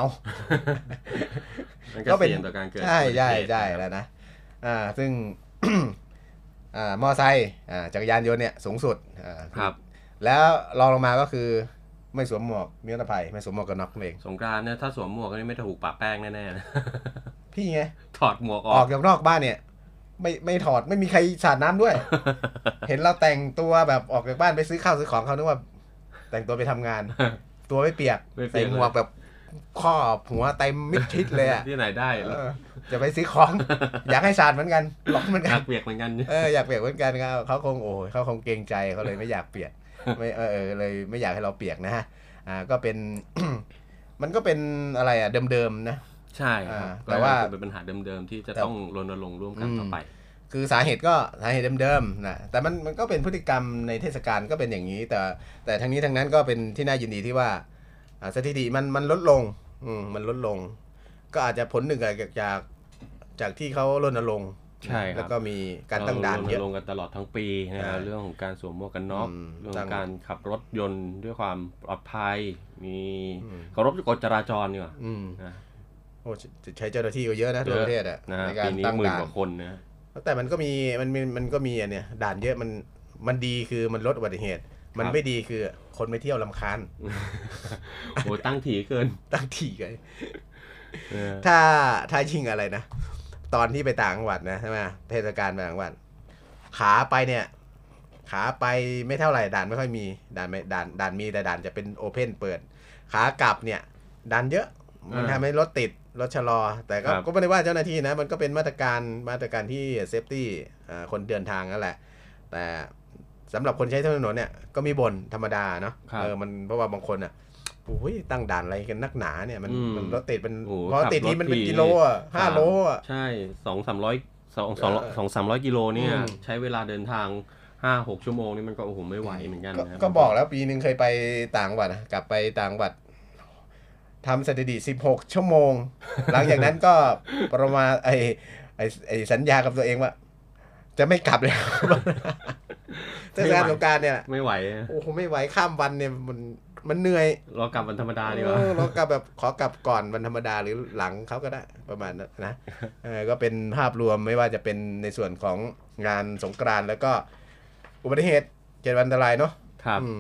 ก็เป็นต่อการเกิดใช่ใช่ใช่แล้วนะอ่าซึ่งอ่ามอไซค์อ่าจักรยานยนต์เนี่ยสูงสุดอ่าครับแล้วรองลงมาก็คือไม่สวมหมวกนิรภัยไม่สวมหมวกกันน็อกเองสงกรานต์เนี่ยถ้าสวมหมวกนี่ไม่ถูกปะแป้งแน่ๆนะพี่ไงถอดหมวกออกออกจากนอกบ้านเนี่ยไม่ไม่ถอดไม่มีใครสาดน้ำด้วย เห็นเราแต่งตัวแบบออกจากบ้านไปซื้อข้าวซื้อของเขานึกว่าแต่งตัวไปทำงานตัวไม่เปียกใส่หมวกแบบครอบหัวเต็มมิดชิดเลยอ่ะที่ไหนได้จะไปซื้อของอยากให้สาดเหมือนกันหลอกเหมือนกันอยากเปียกเหมือนกันเอออยากเปียกเหมือนกันครับเขาคงโอ้เขาคงเกรงใจเขาเลยไม่อยากเปียกไม่เออเลยไม่อยากให้เราเปียกนะฮะอ่าก็เป็น มันก็เป็นอะไรอ่ะเดิมๆนะใช่แต่ว่าเป็นปัญหาเดิมๆที่จะต้องรณรงค์ร่วมกันต่อไปคือสาเหตุก็สาเหตุเดิมๆนะแต่มันมันก็เป็นพฤติกรรมในเทศกาลก็เป็นอย่างนี้แต่แต่ทั้งนี้ทั้งนั้นก็เป็นที่น่ายินดีที่ว่าสถิติมันมันลดลงอืมมันลดลงก็อาจจะผลหนึ่งจากจากจากที่เขารณรงค์ใช่แล้วก็มีการตั้งด่านเยอะรณรงค์กันตลอดทั้งปีนะเรื่องของการสวมหมวกกันน็อกเรื่องของการขับรถยนต์ด้วยความปลอดภัยมีเคารพกฎจราจรเนี่ยนะโอ้ใช้เจ้าหน้าที่ก็เยอะนะทั่วประเทศอ่ะในการตั้งด่านกว่าคนนะแต่มันก็มีมันมีมันก็มีอันเนี้ยด่านเยอะมันมันดีคือมันลดอุบัติเหตุมันไม่ดีคือคนไม่เที่ยวรำคาญโอ้ตั้งถี่เกินตั้งถี่เกินถ้าถ้ายิ่งอะไรนะตอนที่ไปต่างจังหวัดนะใช่ไหมเทศกาลต่างจังหวัดขาไปเนี่ยขาไปไม่เท่าไหร่ด่านไม่ค่อยมีด่านไม่ด่านด่านมีแต่ด่านจะเป็นโอเพ่นเปิดขากลับเนี่ยด่านเยอะมันทำให้รถติดรถชะลอแต่ก็ก็ไม่ได้ว่าเจ้าหน้าที่นะมันก็เป็นมาตรการมาตรการที่เซฟตี้คนเดินทางนั่นแหละแต่สำหรับคนใช้ถนนเนี่ยก็มีบ่นธรรมดาเนาะเออมันเพราะว่าบางคนอ่ะโอ้ยตั้งด่านอะไรกันนักหนาเนี่ยมันมันรถติดเป็นเพราะติดนี้มันเป็นกิโลอ่ะห้าโลอ่ะใช่สองสามร้อยสองสองสองสามร้อยกิโลเนี่ยใช้เวลาเดินทางห้าหกชั่วโมงนี่มันก็โอ้โหไม่ไหวเหมือนกันนะก็บอกแล้วปีนึงเคยไปต่างจังหวัดกลับไปต่างจังหวัดทำสถิติสิบหกชั่วโมงหลังจากนั้นก็ประมาณไอ้ไอ้ไอ้สัญญากับตัวเองว่าจะไม่กลับแล้วเทศกาลสงกรานต์เนี่ยไม่ไหวโอ้โหไม่ไหวข้ามวันเนี่ยมันมันเหนื่อยรอกลับวันธรรมดาดีกว่ารอกลับแบบขอกลับก่อนวันธรรมดาหรือหลังเขาก็ได้ประมาณนั้นนะเออก็เป็นภาพรวมไม่ว่าจะเป็นในส่วนของงานสงกรานต์แล้วก็อุบัติเหตุเจ็ดวันอันตรายเนาะครับ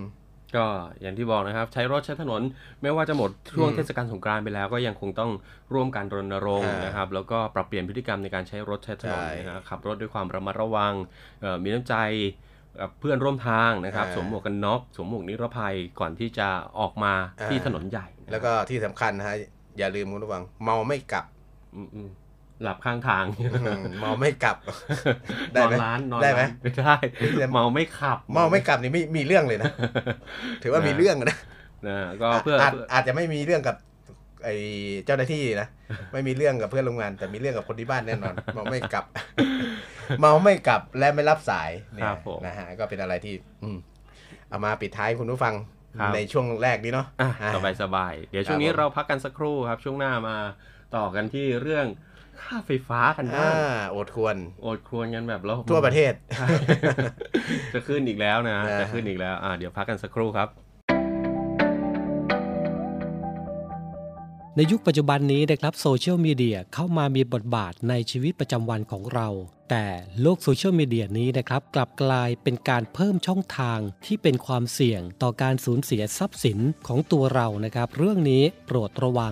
ก็อย่างที่บอกนะครับใช้รถใช้ถนนไม่ว่าจะหมดช่วงเทศกาลสงกรานต์ไปแล้วก็ยังคงต้องร่วมกันรณรงค์นะครับแล้วก็ปรับเปลี่ยนพฤติกรรมในการใช้รถใช้ถนนนะครับขับรถด้วยความระมัดระวังมีน้ำใจกับเพื่อนร่วมทางนะครับสวมหมวกกันน็อกสวมหมวกนิรภัยก่อนที่จะออกมาที่ถนนใหญ่แล้วก็ที่สำคัญนะฮะอย่าลืมคุณผู้ฟังเมาไม่กลับหลับข้างทางเมาไม่กลับได้ไหมได้ไหมไม่ได้เมาไม่ขับเมาไม่กลับนี่ไม่มีเรื่องเลยนะถือว่ามีเรื่องนะนะก็เพื่ออาจจะไม่มีเรื่องกับไอ้เจ้าหน้าที่นะไม่มีเรื่องกับเพื่อนโรงงานแต่มีเรื่องกับคนที่บ้านแน่นอนเมาไม่กลับเมาไม่กลับและไม่รับสายเนี่ยนะฮะก็เป็นอะไรที่เอามาปิดท้ายคุณผู้ฟังในช่วงแรกนี้เนาะสบายสบายเดี๋ยวช่วงนี้เราพักกันสักครู่ครับช่วงหน้ามาต่อกันที่เรื่องค่าไฟฟ้ากันบ้างโอดควรโอดควรกันแบบแล้วทั่วประเทศจะขึ้นอีกแล้วนะจะขึ้นอีกแล้วอ่าเดี๋ยวพักกันสักครู่ครับในยุคปัจจุบันนี้นะครับโซเชียลมีเดียเข้ามามีบทบาทในชีวิตประจำวันของเราแต่โลกโซเชียลมีเดียนี้นะครับกลับกลายเป็นการเพิ่มช่องทางที่เป็นความเสี่ยงต่อการสูญเสียทรัพย์สินของตัวเรานะครับเรื่องนี้โปรดระวัง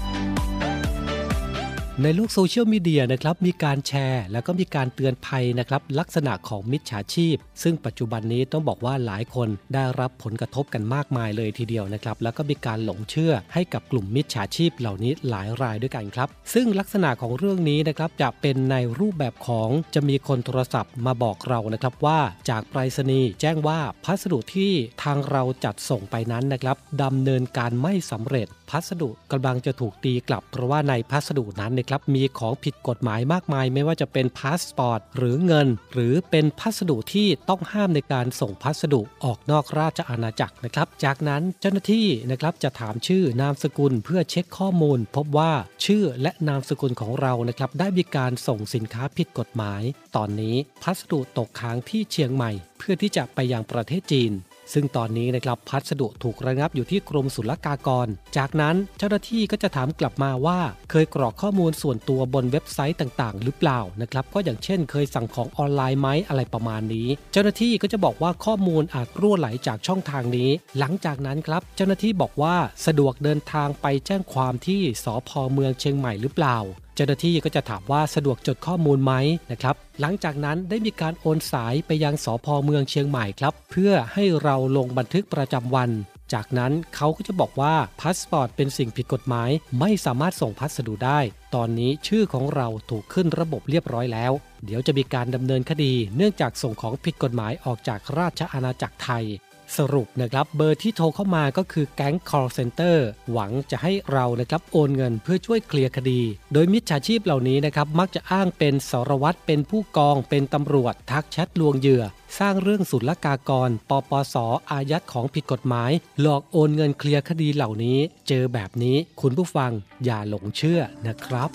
ในโลกโซเชียลมีเดียนะครับมีการแชร์แล้วก็มีการเตือนภัยนะครับลักษณะของมิจฉาชีพซึ่งปัจจุบันนี้ต้องบอกว่าหลายคนได้รับผลกระทบกันมากมายเลยทีเดียวนะครับแล้วก็มีการหลงเชื่อให้กับกลุ่มมิจฉาชีพเหล่านี้หลายรายด้วยกันครับซึ่งลักษณะของเรื่องนี้นะครับจะเป็นในรูปแบบของจะมีคนโทรศัพท์มาบอกเรานะครับว่าจากไปรษณีย์แจ้งว่าพัสดุที่ทางเราจัดส่งไปนั้นนะครับดำเนินการไม่สำเร็จพัสดุกำลังจะถูกตีกลับเพราะว่าในพัสดุนั้นนะครับมีของผิดกฎหมายมากมายไม่ว่าจะเป็นพาสปอร์ตหรือเงินหรือเป็นพัสดุที่ต้องห้ามในการส่งพัสดุออกนอกราชอาณาจักรนะครับจากนั้นเจ้าหน้าที่นะครับจะถามชื่อนามสกุลเพื่อเช็คข้อมูลพบว่าชื่อและนามสกุลของเรานะครับได้มีการส่งสินค้าผิดกฎหมายตอนนี้พัสดุตกค้างที่เชียงใหม่เพื่อที่จะไปยังประเทศจีนซึ่งตอนนี้นะครับพัสดุถูกระงับอยู่ที่กรมศุลกากรจากนั้นเจ้าหน้าที่ก็จะถามกลับมาว่าเคยกรอกข้อมูลส่วนตัวบนเว็บไซต์ต่างๆหรือเปล่านะครับก็อย่างเช่นเคยสั่งของออนไลน์ไหมอะไรประมาณนี้เจ้าหน้าที่ก็จะบอกว่าข้อมูลอาจรั่วไหลจากช่องทางนี้หลังจากนั้นครับเจ้าหน้าที่บอกว่าสะดวกเดินทางไปแจ้งความที่สภ.เมืองเชียงใหม่หรือเปล่าเจ้าหน้าที่ก็จะถามว่าสะดวกจดข้อมูลไหมนะครับหลังจากนั้นได้มีการโอนสายไปยังสภ.เมืองเชียงใหม่ครับเพื่อให้เราลงบันทึกประจำวันจากนั้นเขาก็จะบอกว่าพาสปอร์ตเป็นสิ่งผิดกฎหมายไม่สามารถส่งพัสดุได้ตอนนี้ชื่อของเราถูกขึ้นระบบเรียบร้อยแล้วเดี๋ยวจะมีการดำเนินคดีเนื่องจากส่งของผิดกฎหมายออกจากราชอาณาจักรไทยสรุปนะครับเบอร์ที่โทรเข้ามาก็คือแก๊ง call center หวังจะให้เรานะครับโอนเงินเพื่อช่วยเคลียร์คดีโดยมิจฉาชีพเหล่านี้นะครับมักจะอ้างเป็นสารวัตรเป็นผู้กองเป็นตำรวจทักแชทลวงเหยื่อสร้างเรื่องศุลกากรปปส.อายัดของผิดกฎหมายหลอกโอนเงินเคลียร์คดีเหล่านี้เจอแบบนี้คุณผู้ฟังอย่าหลงเชื่อนะครับ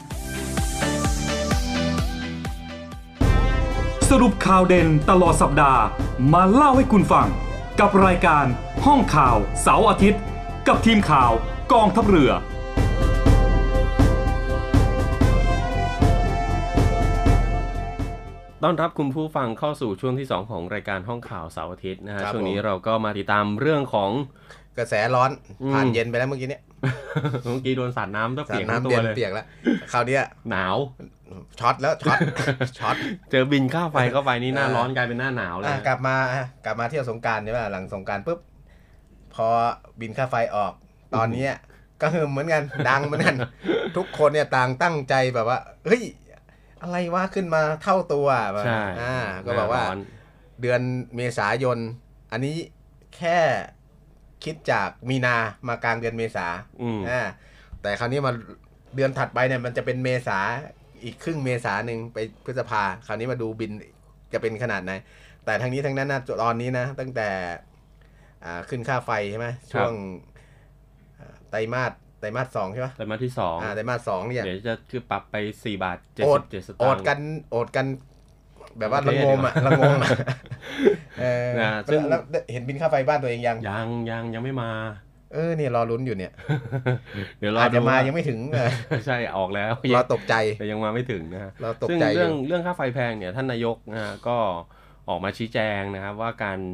สรุปข่าวเด่นตลอดสัปดาห์มาเล่าให้คุณฟังกับรายการห้องข่าวเสาร์อาทิตย์กับทีมข่าวกองทัพเรือต้อนรับคุณผู้ฟังเข้าสู่ช่วงที่สองของรายการห้องข่าวเสาร์อาทิตย์นะฮะช่วงนี้เราก็มาติดตามเรื่องของกระแสร้อนผ่านเย็นไปแล้วเมื่อกี้เนี้ยเมื่อกี้โดนสาดน้ำต้องเปียกทั้งตัวเลยเปียกแล้วคราวนี้หนาวช็อตแล้วช็อตช็อตเจอบินค่าไฟเข้าไปนี่หน้าร้อนกลายเป็นหน้าหนาวเลยกลับมากลับมาเที่ยวสงกรานต์ใช่ไหมหลังสงกรานต์ปุ๊บพอบินค่าไฟออกตอนนี้ก็คือเหมือนกันดังเหมือนกันทุกคนเนี่ยต่างตั้งใจแบบว่าเฮ้ยอะไรวะขึ้นมาเท่าตัวใช่อ่าก็บอกว่าเดือนเมษายนอันนี้แค่คิดจากมีนามากลางเดือนเมษาอ่าแต่คราวนี้มาเดือนถัดไปเนี่ยมันจะเป็นเมษาอีกครึ่งเมษาหนึ่งไปพฤษภาคราวนี้มาดูบินจะเป็นขนาดไหนแต่ทั้งนี้ทั้งนั้นนะตอนนี้นะตั้งแต่อ่าขึ้นค่าไฟใช่ไหมช่วงไตรมาสไตรมาสสองใช่ไหมไตรมาสที่สองอ่าไตรมาสสองเนี่ยเดี๋ยวจะคือปรับไปสี่บาทเจ็ดสิบเจ็ดสตางค์โอดกันโอดกันแบบว่าระงมอ่ะระงมอ่ะเออแล้วเห็นบินค่าไฟบ้านตัวเองยังยังยังยังไม่มาเออเนี่ยรอลุ้นอยู่เนี่ยเดี๋ยวรออาจจะมายังไม่ถึงใช่ออกแล้วรอตกใจแต่ยังมาไม่ถึงนะฮะเราตกใจซึ่งเรื่องเรื่องค่าไฟแพงเนี่ยท่านนายกนะฮะก็ออกมาชี้แจงนะครับว่าการ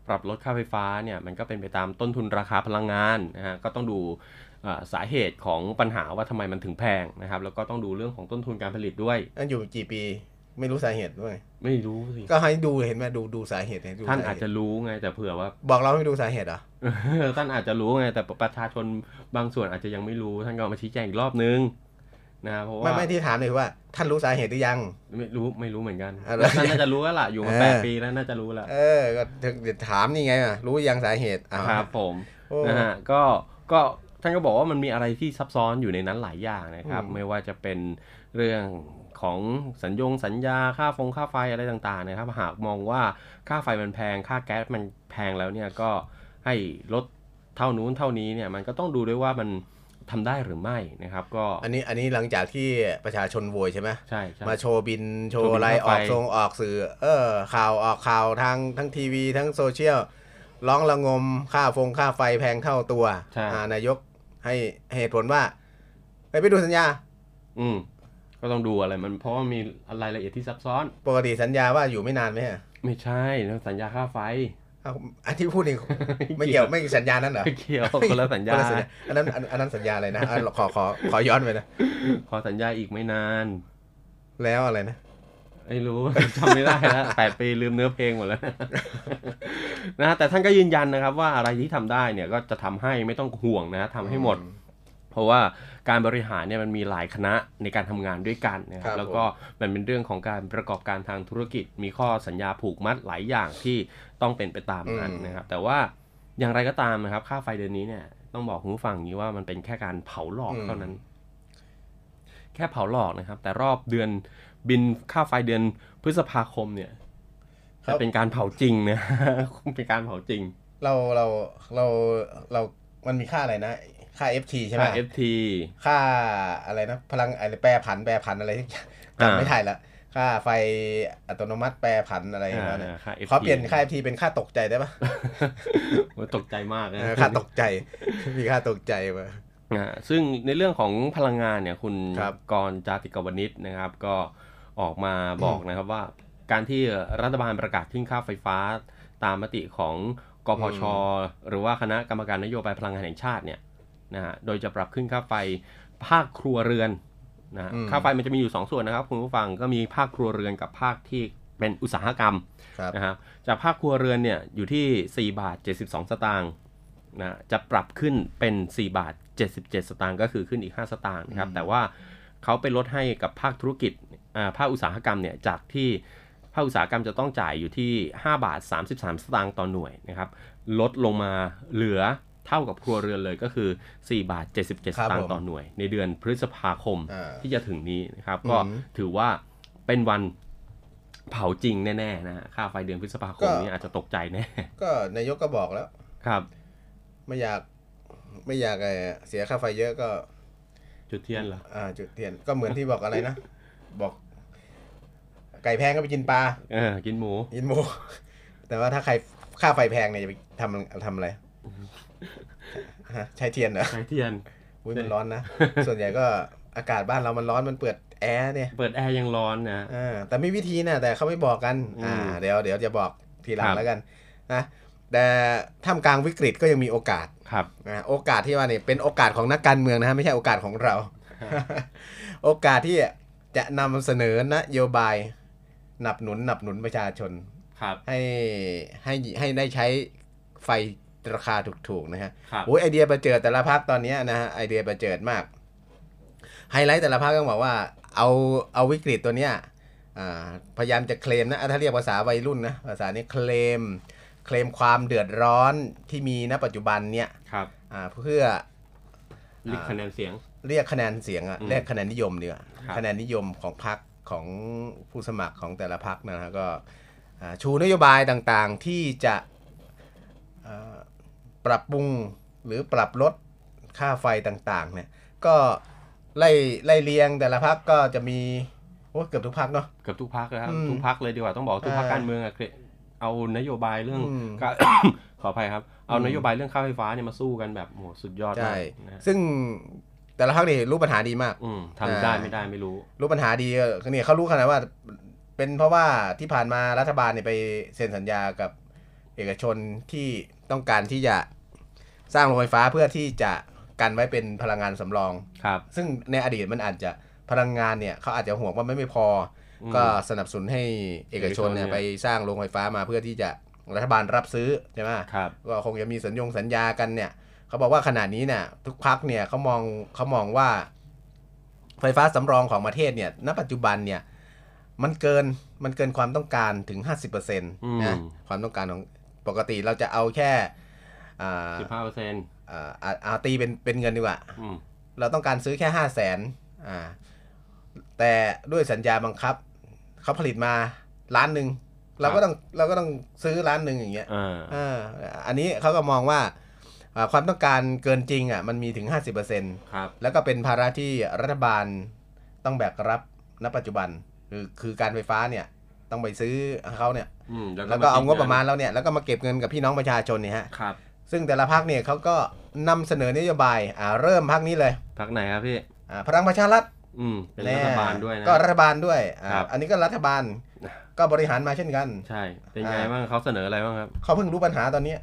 ปรับลดค่าไฟฟ้าเนี่ยมันก็เป็นไปตามต้นทุนราคาพลังงานนะฮะก็ต้องดูสาเหตุของปัญหาว่าทำไมมันถึงแพงนะครับแล้วก็ต้องดูเรื่องของต้นทุนการผลิตด้วยนั่นอยู่กี่ปีไม่รู้สาเหตุด้วยไม่รู้สิก็ให้ดูเห็นไหมดูดูสาเหตุท่านอาจจะรู้ไงแต่เผื่อว่าบอกเราไม่ดูสาเหตุอ่ะท่านอาจจะรู้ไงแต่ประชาชนบางส่วนอาจจะยังไม่รู้ท่านก็มาชี้แจงอีกรอบนึงนะเพราะว่าไม่ไม่ที่ถามเลยว่าท่านรู้สาเหตุหรือยังไม่รู้ไม่รู้เหมือนกันท่านน่าจะรู้แล้วล่ะอยู่มาแปดปีแล้วน่าจะรู้แล้วเออก็ถามนี่ไงอ่ะรู้ยังสาเหตุครับผมนะฮะก็ก็ท่านก็บอกว่ามันมีอะไรที่ซับซ้อนอยู่ในนั้นหลายอย่างนะครับไม่ว่าจะเป็นเรื่องของสัญญงสัญญาค่าฟงค่าไฟอะไรต่างๆนะครับหากมองว่าค่าไฟมันแพงค่าแก๊สมันแพงแล้วเนี่ยก็ให้ลดเท่านู้นเท่านี้เนี่ยมันก็ต้องดูด้วยว่ามันทำได้หรือไม่นะครับก็อันนี้อันนี้หลังจากที่ประชาชนโวยใช่ไหมใช่มาโชว์บินโชว์อะไรออกทรงออกสื่อเออข่าวออกข่าวทางทั้งทีวีทั้งโซเชียลร้องระงมค่าฟงค่าไฟแพงเท่าตัวนายกให้เหตุผลว่าไปไปดูสัญญาอืมก็ต้องดูอะไรมันเพราะว่ามีรายละเอียดที่ซับซ้อนปกติสัญญาว่าอยู่ไม่นานไหมฮะไม่ใช่สัญญาค่าไฟอันที่พูดนี่ไม่เกี่ยวไม่สัญญานั้นเหรอไม่เกี่ยวคนละสัญญาอันนั้นอันนั้นสัญญาอะไรนะขอขอขอย้อนไปนะขอสัญญาอีกไม่นานแล้วอะไรนะไม่รู้จำไม่ได้แล้วแปดปีลืมเนื้อเพลงหมดแล้วนะแต่ท่านก็ยืนยันนะครับว่าอะไรที่ทำได้เนี่ยก็จะทำให้ไม่ต้องห่วงนะทำให้หมดเพราะว่าการบริหารเนี่ยมันมีหลายคณะในการทำงานด้วยกันนะครับแล้วก็มันเป็นเรื่องของการประกอบการทางธุรกิจมีข้อสัญญาผูกมัดหลายอย่างที่ต้องเป็นไปตามนั้นนะครับแต่ว่าอย่างไรก็ตามนะครับค่าไฟเดือนนี้เนี่ยต้องบอกคุณผู้ฟังอย่างนี้ว่ามันเป็นแค่การเผาหลอกเท่านั้นแค่เผาหลอกนะครับแต่รอบเดือนบินค่าไฟเดือนพฤษภาคมเนี่ยจะเป็นการเผาจริงนะเป็นการเผาจริงเราเราเราเรามันมีค่าอะไรนะค่า เอฟ ที ใช่ไหมค่า เอฟ ทีค่าอะไรนะพลังอะไรแปรผันแปรผันอะไรจำไม่ได้ละค่าไฟอัตโนมัติแปรผันอะไรอย่างเงี้ยเขาเปลี่ยนค่า เอฟ ที เป็นค่าตกใจได้ปะตกใจมากนะค่าตกใจมีค่าตกใจมาซึ่งในเรื่องของพลังงานเนี่ยคุณกรณ์จาติกวณิชนะครับก็ออกมาบอกนะครับว่าการที่รัฐบาลประกาศทิ้งค่าไฟฟ้าตามมติของกพช.หรือว่าคณะกรรมการนโยบายพลังงานแห่งชาติเนี่ยนะฮะโดยจะปรับขึ้นค่าไฟภาคครัวเรือนนะค่าไฟมันจะมีอยู่สองส่วนนะครับคุณผู้ฟังก็มีภาคครัวเรือนกับภาคที่เป็นอุตสาหกรรมนะครับจากภาคครัวเรือนเนี่ยอยู่ที่สี่บาทเจ็ดสิบสองสตางค์นะจะปรับขึ้นเป็นสี่บาทเจ็ดสิบเจ็ดสตางค์ก็คือขึ้นอีกห้าสตางค์นะครับแต่ว่าเขาไปลดให้กับภาคธุรกิจอ่าภาคอุตสาหกรรมเนี่ยจากที่ภาคอุตสาหกรรมจะต้องจ่ายอยู่ที่ห้าบาทสามสิบสามสตางค์ต่อหน่วยนะครับลดลงมาเหลือเท่ากับครัวเรือนเลยก็คือสี่บาทเจ็ดสิบเจ็ดสตางค์ต่อหน่วยในเดือนพฤษภาคมที่จะถึงนี้นะครับก็ถือว่าเป็นวันเผาจริงแน่ๆนะค่าไฟเดือนพฤษภาคมนี้อาจจะตกใจแน่ก็นายกก็บอกแล้วครับไม่อยากไม่อยากเสียค่าไฟเยอะก็จุดเทียนเหรออ่าจุดเทียนก็เหมือนที่บอกอะไรนะบอกไก่แพงก็ไปกินปลาเออกินหมูกินหมูแต่ว่าถ้าใครค่าไฟแพงเนี่ยจะไปทำทำอะไรใช้เทียนเหรอใช้เทียนอุ้ยมันร้อนนะส่วนใหญ่ก็อากาศบ้านเรามันร้อนมันเปิดแอร์เนี่ยเปิดแอร์ยังร้อนนะอ่าแต่มีวิธีนะแต่เขาไม่บอกกันอ่าเดี๋ยวเดี๋ยวจะบอกทีหลังแล้วกันนะแต่ท่ามกลางวิกฤตก็ยังมีโอกาสครับนะโอกาสที่ว่านี่เป็นโอกาสของนักการเมืองนะฮะไม่ใช่โอกาสของเราโอกาสที่จะนำเสนอนโยบายหนับหนุนหนับหนุนประชาชนให้ให้ให้ได้ใช้ไฟราคาถูกๆนะฮะโอ้ยไอเดียประเจิดแต่ละพรรคตอนนี้นะฮะไอเดียประเจิดมากไฮไลท์แต่ละพรรคต้องบอกว่าเอาเอาวิกฤตตัวเนี้ยพยายามจะเคลมนะถ้าเรียกภาษาวัยรุ่นนะภาษานี้เคลมเคลมความเดือดร้อนที่มีณปัจจุบันเนี่ยเพื่อเรียกคะแนนเสียงเรียกคะแนนเสียงอะเรียกคะแนนนิยมดีกว่าคะแนนนิยมของพรรคของผู้สมัครของแต่ละพรรคนะฮะก็ชูนโยบายต่างๆที่จะปรับปรุงหรือปรับลดค่าไฟต่างๆเนี่ยก็ไล่ไล่เรียงแต่ละพรรคก็จะมีโอ้เกือบทุกพรรคเนาะเกือบทุกพรรคเลยครับทุกพรรคเลยดีกว่าต้องบอกทุกพรรคการเมืองอะเอานโยบายเรื่องขออภัยครับเอานโยบายเรื่องค่าไฟฟ้าเนี่ยมาสู้กันแบบโหสุดยอดมากซึ่งแต่ละพรรคนี่รู้ปัญหาดีมากทำได้ไม่ได้ไม่รู้รู้ปัญหาดีเนี่ยเขารู้ขนาดว่าเป็นเพราะว่าที่ผ่านมารัฐบาลเนี่ยไปเซ็นสัญญากับเอกชนที่ต้องการที่จะสร้างโรงไฟฟ้าเพื่อที่จะกันไว้เป็นพลังงานสำรองครับซึ่งในอดีตมันอาจจะพลังงานเนี่ยเขาอาจจะห่วงว่าไม่ไม่พอก็สนับสนุนให้เอกชนเนี่ยไปสร้างโรงไฟฟ้ามาเพื่อที่จะรัฐบาลรับซื้อใช่ไหมครับก็คงจะมีสัญญงสัญญากันเนี่ยเขาบอกว่าขณะนี้เนี่ยทุกพรรคเนี่ยเขามองเขามองว่าไฟฟ้าสำรองของประเทศเนี่ยณปัจจุบันเนี่ยมันเกินมันเกินความต้องการถึง ห้าสิบเปอร์เซ็นต์ นะความต้องการของปกติเราจะเอาแค่อ่าสิบห้าเปอร์เซ็นต์อ่าเอาตีเป็นเป็นเงินดีกว่าเราต้องการซื้อแค่ ห้าแสน อ่าแต่ด้วยสัญญาบังคับเขาผลิตมาล้านนึงเราก็ต้องเราก็ต้องซื้อล้านนึงอย่างเงี้ยอ่าอันนี้เขาก็มองว่าความต้องการเกินจริงอ่ะมันมีถึง ห้าสิบเปอร์เซ็นต์ครับแล้วก็เป็นภาระที่รัฐบาลต้องแบกรับณปัจจุบันคือคือการไฟฟ้าเนี่ยต้องไปซื้อเขาเนี่ยแล้วก็เอางบประมาณเราเนี่ยแล้วก็มาเก็บเงินกับพี่น้องประชาชนเนี่ยฮะครับซึ่งแต่ละพรรคเนี่ยเขาก็นำเสนอนโยบายอ่าเริ่มพรรคนี้เลยพรรคไหนครับพี่อ่าพลังประชารัฐอืมเป็นรัฐบาลด้วยนะก็รัฐบาลด้วยอ่าอันนี้ก็รัฐบาลก็บริหารมาเช่นกันใช่เป็นไงบ้างเขาเสนออะไรบ้างครับเขาเพิ่งรู้ปัญหาตอนนี้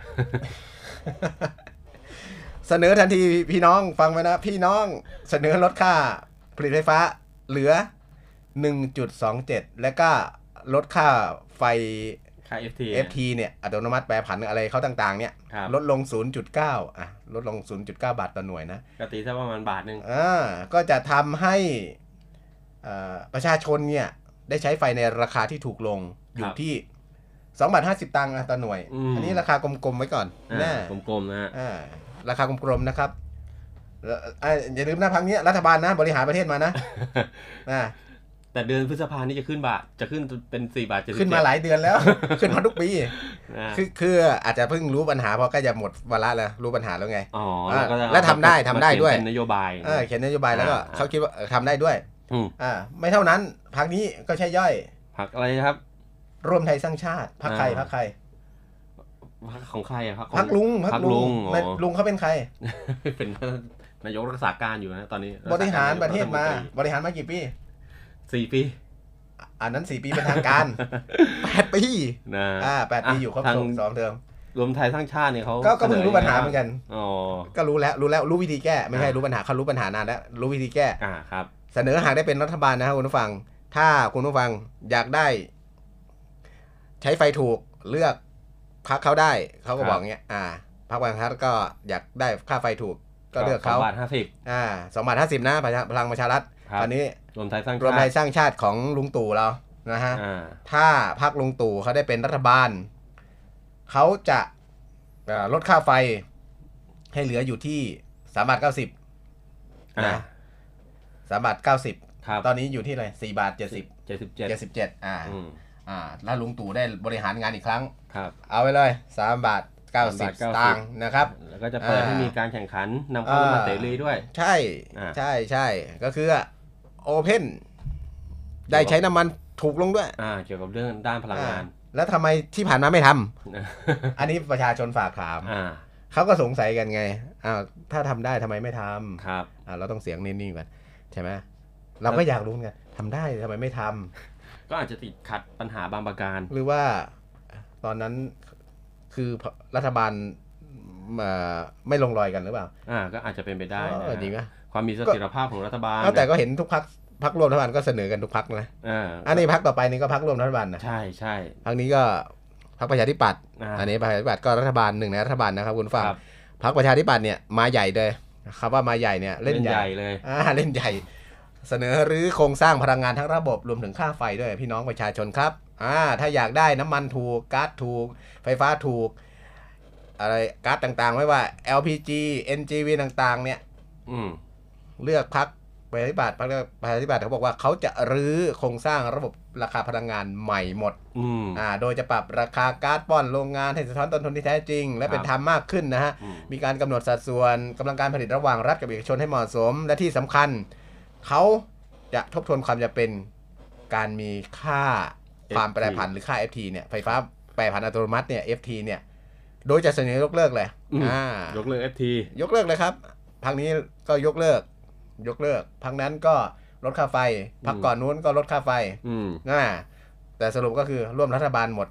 เสนอทันทีพี่น้องฟังไว้นะพี่น้องเสนอลดค่าผลิตไฟฟ้าเหลือ หนึ่งจุดสองเจ็ด แล้วก็ลดค่าไฟค่า เอฟ ทีเอฟ ที เนี่ยอัตโนมัติแปรผันอะไรเขาต่างๆเนี่ยลดลง ศูนย์จุดเก้า อ่ะลดลง ศูนย์จุดเก้า บาทต่อหน่วยนะปกติสักประมาณบาทนึงอ่าก็จะทำให้อ่าประชาชนเนี่ยได้ใช้ไฟในราคาที่ถูกลงอยู่ที่สองบาทห้าสิบตังค์ต่อหน่วย อันนี้ราคากลมๆไว้ก่อนนะกลมๆนะอ่าราคากลมๆนะครับอย่าลืมนะพังนี้รัฐบาลนะบริหารประเทศมานะนะแต่เดือนพฤษภาคมนี้จะขึ้นบาทจะขึ้นเป็นสี่บาทเจ็ดสิบเจ็ดขึ้นมาหลายเดือนแล้วขึ้นมาทุกปีคือคืออาจจะเพิ่งรู้ปัญหาเพราะก็จะหมดวาระแล้วรู้ปัญหาแล้วไงอ๋อแล้วทำได้ทำได้ด้วยเป็นนโยบายเออเขียนนโยบายแล้วก็เขาคิดว่าทำได้ด้วยอ่าไม่เท่านั้นพรรคนี้ก็ใช่ย่อยพรรคอะไรครับรวมไทยสร้างชาติพรรคใครพรรคใครพรรคของใครอ่ะพรรคลุงพรรคลุงลุงเขาเป็นใครเป็นนายกรักษาการอยู่นะตอนนี้บริหารประเทศมาบริหารมากี่ปีสี่ปีอันนั้นสี่ปีเป็นทางการแปดปีนะอ่าแปดปีอยู่ครบสองเทอมรวมไทยสร้างชาติเนี่ยเขาก็เพิ่งรู้ปัญหาเหมือนกันอ๋อก็รู้แล้วรู้แล้วรู้วิธีแก้ไม่ใช่รู้ปัญหาเขารู้ปัญหานานแล้วรู้วิธีแก้อ่าครับเสนอหากได้เป็นรัฐบาลนะครับคุณผู้ฟังถ้าคุณผู้ฟังอยากได้ใช้ไฟถูกเลือกพรรคเขาได้เขาก็บอกอย่างเงี้ยอ่าพรรคบางพรรคก็อยากได้ค่าไฟถูกก็เลือกเขาสองบาทห้าสิบอ่าสองบาทห้าสิบนะพลังประชารัฐตอนนี้รวมไทยสร้างชาติรวมไทยสร้างชาติของลุงตู่เรานะฮะถ้าพรรคลุงตู่เขาได้เป็นรัฐบาลเขาจะลดค่าไฟให้เหลืออยู่ที่สามบาทเก้าสิบนะสามบาทเก้าสิบตอนนี้อยู่ที่อะไรสี่บาทเจ็ดสิบเจ็ดสิบเจ็ดเจ็ดสิบเจ็ดอ่าอ่าแล้วลุงตู่ได้บริหารงานอีกครั้งครับเอาไปเลยสามบาทเก้าสิบสตางค์นะครับแล้วก็จะเปิดให้มีการแข่งขันนำเข้ามาเสรีด้วยใช่ใช่ใช่ก็คือโอเพนได้ใช้น้ำมันถูกลงด้วยอ่าเกี่ยวกับเรื่องด้านพลังงานแล้วทำไมที่ผ่านมาไม่ทำ อันนี้ประชาชนฝากถามเขาก็สงสัยกันไงอ้าวถ้าทำได้ทำไมไม่ทำครับอ่าเราต้องเสียงนิ่งๆก่อนใช่ไหมเราก็อยากรู้ไงทำได้ทำไมไม่ทำก็อาจจะติดขัดปัญหาบางประการหรือว่าตอนนั้นคือรัฐบาลไม่ลงรอยกันหรือเปล่าอ่าก็อาจจะเป็นไปได้นะจริงไหมความมีเสถียรภาพของรัฐบาลแต่ก็เห็นทุกพรรคพรรคร่วมรัฐบาลก็เสนอกันทุกพรรคนะอ่าอันนี้พรรคต่อไปนี้ก็พรรคร่วมรัฐบาลนะใช่ใช่พรรคนี้ก็พรรคประชาธิปัตย์อันนี้ประชาธิปัตย์ก็รัฐบาลหนึ่งในรัฐบาลนะครับคุณฟังพรรคประชาธิปัตย์เนี่ยมาใหญ่เลยครับว่ามาใหญ่เนี่ยเล่นใหญ่เลยอ่าเล่นใหญ่เสนอหรือโครงสร้างพลังงานทั้งระบบรวมถึงค่าไฟด้วยพี่น้องประชาชนครับอ่าถ้าอยากได้น้ำมันถูกก๊าซถูกไฟฟ้าถูกอะไรก๊าซต่างๆไม่ว่า แอล พี จี เอ็น จี วี ต่างๆเนี่ยเลือกพรรคประชาธิปัตย์พรรคประชาธิปัตย์เขาบอกว่าเขาจะรื้อโครงสร้างระบบราคาพลังงานใหม่หมดอ่าโดยจะปรับราคาก๊าซป้อนโรงงานให้สะท้อนต้นทุนที่แท้จริงและเป็นธรรมมากขึ้นนะฮะมีการกำหนดสัดส่วนกำลังการผลิตระหว่างรัฐกับเอกชนให้เหมาะสมและที่สำคัญเขาจะทบทวนความจะเป็นการมีค่าความแปรผันหรือค่า เอฟ ที เนี่ยไฟฟ้าแปรผันอัตโนมัติเนี่ย เอฟ ที เนี่ยโดยจะเสนอยกเลิกเลยอ่ายกเลิก เอฟ ทียกเลิกเลยครับพักนี้ก็ยกเลิกยกเลิกพักนั้นก็ลดค่าไฟพักก่อนนู้นก็ลดค่าไฟอืมอ่าแต่สรุปก็คือร่วมรัฐบาลหมด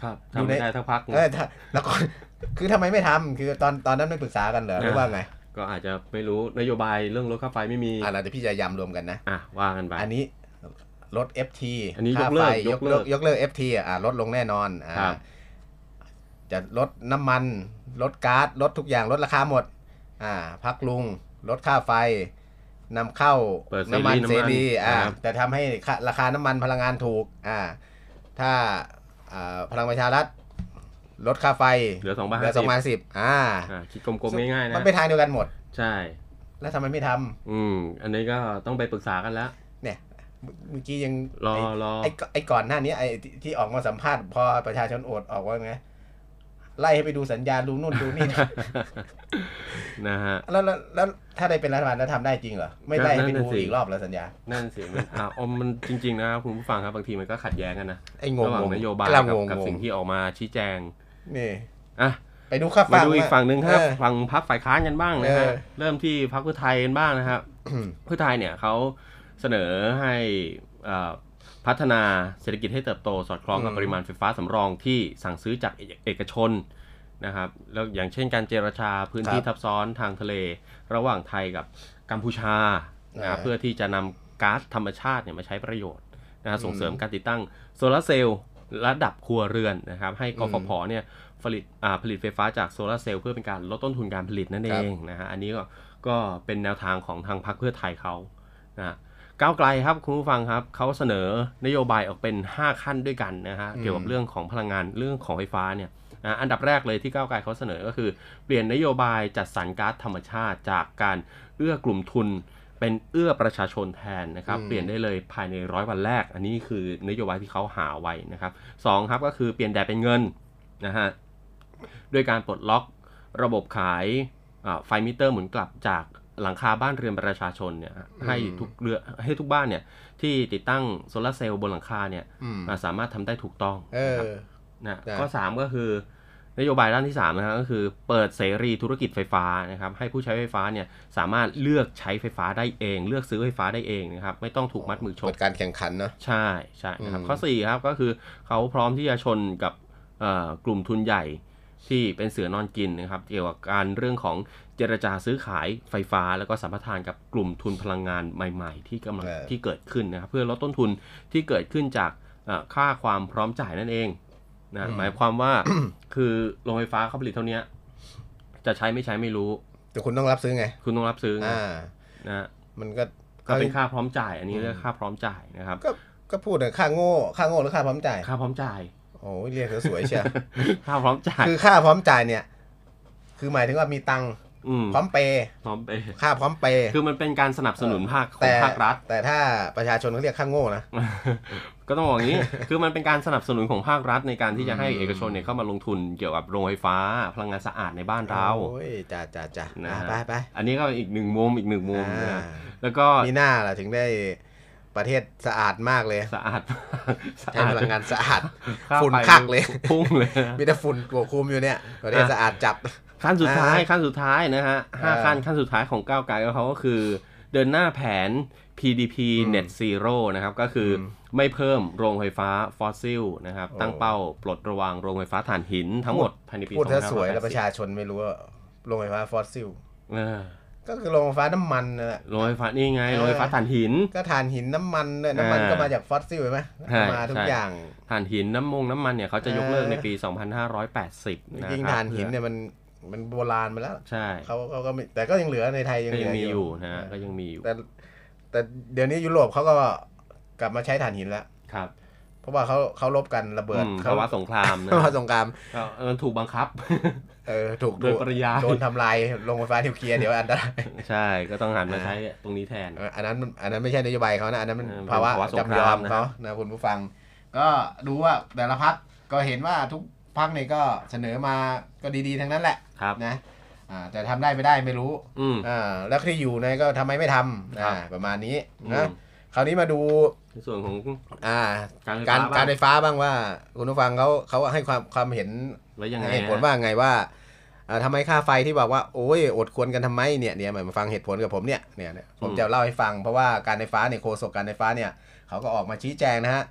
ครับทำไม่ได้ทักพักเออแล้วก็คือทำไมไม่ทำคือตอนตอนนั้นไม่ปรึกษากันเหรอหรือว่าไงก็อาจจะไม่รู้นโยบายเรื่องลดค่าไฟไม่มีอ่าเดี๋ยวพี่จะย้ำรวมกันนะอ่ะว่ากันไปอันนี้ลด เอฟ ทีอันนี้ยกเลิกยกเลิกยกเลิก เอฟ ที อ่ะลดลงแน่นอนอ่าจะลดน้ำมันลดก๊าซลดทุกอย่างลดราคาหมดอ่าพักลุงลดค่าไฟนำเข้าน้ำมันเสรีอ่าแต่ทำให้ราคาน้ำมันพลังงานถูกอ่าถ้าอ่าพลังประชารัฐลดค่าไฟเหลือสองพันเหลือสองพันสิบอ่าคิดกลมๆง่ายๆนะมันไปทางเดียวกันหมดใช่แล้วทำไมไม่ทำอืมอันนี้ก็ต้องไปปรึกษากันแล้วเนี่ยเมื่อกี้ยังรอรอไอ้ไอ้ก่อนหน้านี้ไอ้ที่ออกมาสัมภาษณ์พอประชาชนโอดออกว่าไงไล่ให้ไปดูสัญญาดูนู่นดูนี่นะฮะแล้วแล้วถ้าได้เป็นรัฐบาลแล้วทำได้จริงเหรอไม่ได้ไปดูอีกรอบแล้วสัญญานั่นสิมันอ่ะอมมันจริงๆนะคุณผู้ฟังครับบางทีมันก็ขัดแย้งกันนะไอ้งงระหว่างนโยบายกับสิ่งที่ออกมาชี้แจงนี่อ่ะไปดูข้าฟังมาดูอีกฝั่งนึงครับฝั่งพรรคฝ่ายค้านกันบ้างนะฮะเริ่มที่พรรคเพื่อไทยกันบ้างนะครับเพื่อไทยเนี่ยเขาเสนอให้พัฒนาเศรษฐกิจให้เติบโตสอดคล้องกับปริมาณไฟฟ้าสำรองที่สั่งซื้อจากเอกชนนะครับแล้วอย่างเช่นการเจรจาพื้นที่ทับซ้อนทางทะเลระหว่างไทยกับกัมพูชานะเพื่อที่จะนำก๊าซธรรมชาติเนี่ยมาใช้ประโยชน์นะส่งเสริมการติดตั้งโซลาร์เซลล์ระดับครัวเรือนนะครับให้กฟผเนี่ยผลิตผลิตไฟฟ้าจากโซลาร์เซลล์เพื่อเป็นการลดต้นทุนการผลิตนั่นเองนะฮะอันนี้ก็ก็เป็นแนวทางของทางพรรคเพื่อไทยเขานะก้าวไกลครับคุณผู้ฟังครับเขาเสนอนโยบายออกเป็นห้าขั้นด้วยกันนะฮะเกี่ยวกับเรื่องของพลังงานเรื่องของไฟฟ้าเนี่ยนะอันดับแรกเลยที่ก้าวไกลเขาเสนอก็คือเปลี่ยนนโยบายจัดสรรก๊าซธรรมชาติจากการเอื้อกลุ่มทุนเป็นเอื้อประชาชนแทนนะครับเปลี่ยนได้เลยภายในร้อยวันแรกอันนี้คือนโยบายที่เขาหาไว้นะครับสองครับก็คือเปลี่ยนแดดเป็นเงินนะฮะด้วยการปลดล็อกระบบขายไฟมิเตอร์หมุนกลับจากหลังคาบ้านเรือนประชาชนเนี่ยให้ทุกเรือให้ทุกบ้านเนี่ยที่ติดตั้งโซลาร์เซลล์บนหลังคาเนี่ยสามารถทำได้ถูกต้องนะครับนะข้อสามก็คือนโยบายด้านที่สามนะครับก็คือเปิดเสรีธุรกิจไฟฟ้านะครับให้ผู้ใช้ไฟฟ้าเนี่ยสามารถเลือกใช้ไฟฟ้าได้เองเลือกซื้อไฟฟ้าได้เองนะครับไม่ต้องถูกมัดมือชกเปิดการแข่งขันเนาะใช่ใช่นะครับข้อสี่ครับก็คือเขาพร้อมที่จะชนกับกลุ่มทุนใหญ่ที่เป็นเสือนอนกินนะครับเกี่ยวกับการเรื่องของเจรจาซื้อขายไฟฟ้าแล้วก็สัมปทานกับกลุ่มทุนพลังงานใหม่ๆที่กำลังที่เกิดขึ้นนะครับเพื่อลดต้นทุนที่เกิดขึ้นจากค่าความพร้อมจ่ายนั่นเองนะหมายความว่า คือโรงไฟฟ้าเขาผลิตเท่านี้จะใช้ไม่ใช้ไม่รู้แต่คุณต้องรับซื้อไงคุณต้องรับซื้อไงนะมันก็ก็เป็นค่าพร้อมจ่ายอันนี้เรียกค่าพร้อมจ่ายนะครับก็ก็พูดเลยค่าโง่ค่าโง่หรือค่าพร้อมจ่ายค่าพร้อมจ่ายโอ้ยเรียกสวยๆเชียวค่าพร้อมจ่ายคือค่าพร้อมจ่ายเนี่ยคือหมายถึงว่ามีตังค์พร้อมเปย์พร้อมเปย์ค่าพร้อมเปย์คือมันเป็นการสนับสนุนภาคของภาครัฐแต่ถ้าประชาชนเขาเรียกค่าโง่นะก็ต้องบอกอย่างนี้คือมันเป็นการสนับสนุนของภาครัฐในการที่จะให้เอกชนเนี่ยเข้ามาลงทุนเกี่ยวกับโรงไฟฟ้าพลังงานสะอาดในบ้านเราโอ้ยจ้าจ้าจ้าไปไปอันนี้ก็อีกหนึ่งมุมอีกหนึ่งมุมนะแล้วก็มีหน้าล่ะถึงได้ประเทศสะอาดมากเลยสะอาดใช้พลังงานสะอาดฝุ่นคักเลยพุ่งเลยมีแต่ฝุ่นปกคลุมอยู่เนี่ยประเทศสะอาดจับขั้นสุดท้ายขั้นสุดท้ายนะฮะห้าขั้นขั้นสุดท้ายของก้าวไกลของเขาก็คือเดินหน้าแผน พี ดี พี Net Zero นะครับก็คือไม่เพิ่มโรงไฟฟ้าฟอสซิลนะครับตั้งเป้าปลดระวางโรงไฟฟ้าถ่านหินทั้งหมดภายในปีสองพันห้าร้อยแปดสิบพูดสวยแล้วประชาชนไม่รู้ว่าโรงไฟฟ้าฟอสซิลก็คือโรงไฟฟ้าน้ำมันนั่นแหละโรงไฟฟ้านี่ไงโรงไฟฟ้าถ่านหินก็ถ่านหินน้ำมันเลยน้ำมันก็มาจากฟอสซิลใช่ไหมมาทุกอย่างถ่านหินน้ำมงน้ำมันเนี่ยเขาจะยกเลิกในปีสองพันห้าร้อยแปดสิบนะครับจริงถ่านหินเนี่ยมันมันโบราณมาแล้วใช่เขาเขาก็แต่ก็ยังเหลือในไทยยังมีอยู่นะก็ยังมีอยู่แต่แต่เดี๋ยวนี้ยุโรปเขาก็กลับมาใช้ถ่านหินแล้วครับเพราะว่าเขาเขาลบกันระเบิดภาวะสงครามนะภาวะสงครามมันถูกบังคับเออถูกโดยปริยายโดนทำลายโรงไฟฟ้านิวเคลียร์เดี๋ยวอันตรายใช่ก็ต้องหันมาใช้ตรงนี้แทนอันนั้นอันนั้นไม่ใช่นโยบายเขานะอันนั้นมันภาวะจำยอมเขานะคุณผู้ฟังก็ดูว่าแต่ละพรรคก็เห็นว่าทุกพรรคเนี่ยก็เสนอมาก็ดีๆทั้งนั้นแหละนะแต่ทำได้ไม่ได้ไม่รู้อ่าแล้วที่อยู่ในก็ทำไมไม่ทำอ่าประมาณนี้นะคราวนี้มาดูในส่วนของอ่าการการไฟฟ้าบ้างว่าคุณผู้ฟังเขาเขาให้ความความเห็นเหตุผลว่าไงว่าทำไมค่าไฟที่บอกว่าโอ้ยอดควรกันทำไมเนี่ยเนี่ยมาฟังเหตุผลกับผมเนี่ยเนี่ยผมจะเล่าให้ฟังเพราะว่าการไฟฟ้าเนี่ยโฆษกการไฟฟ้าเนี่ยเขาก็ออกมาชี้แจงนะฮะ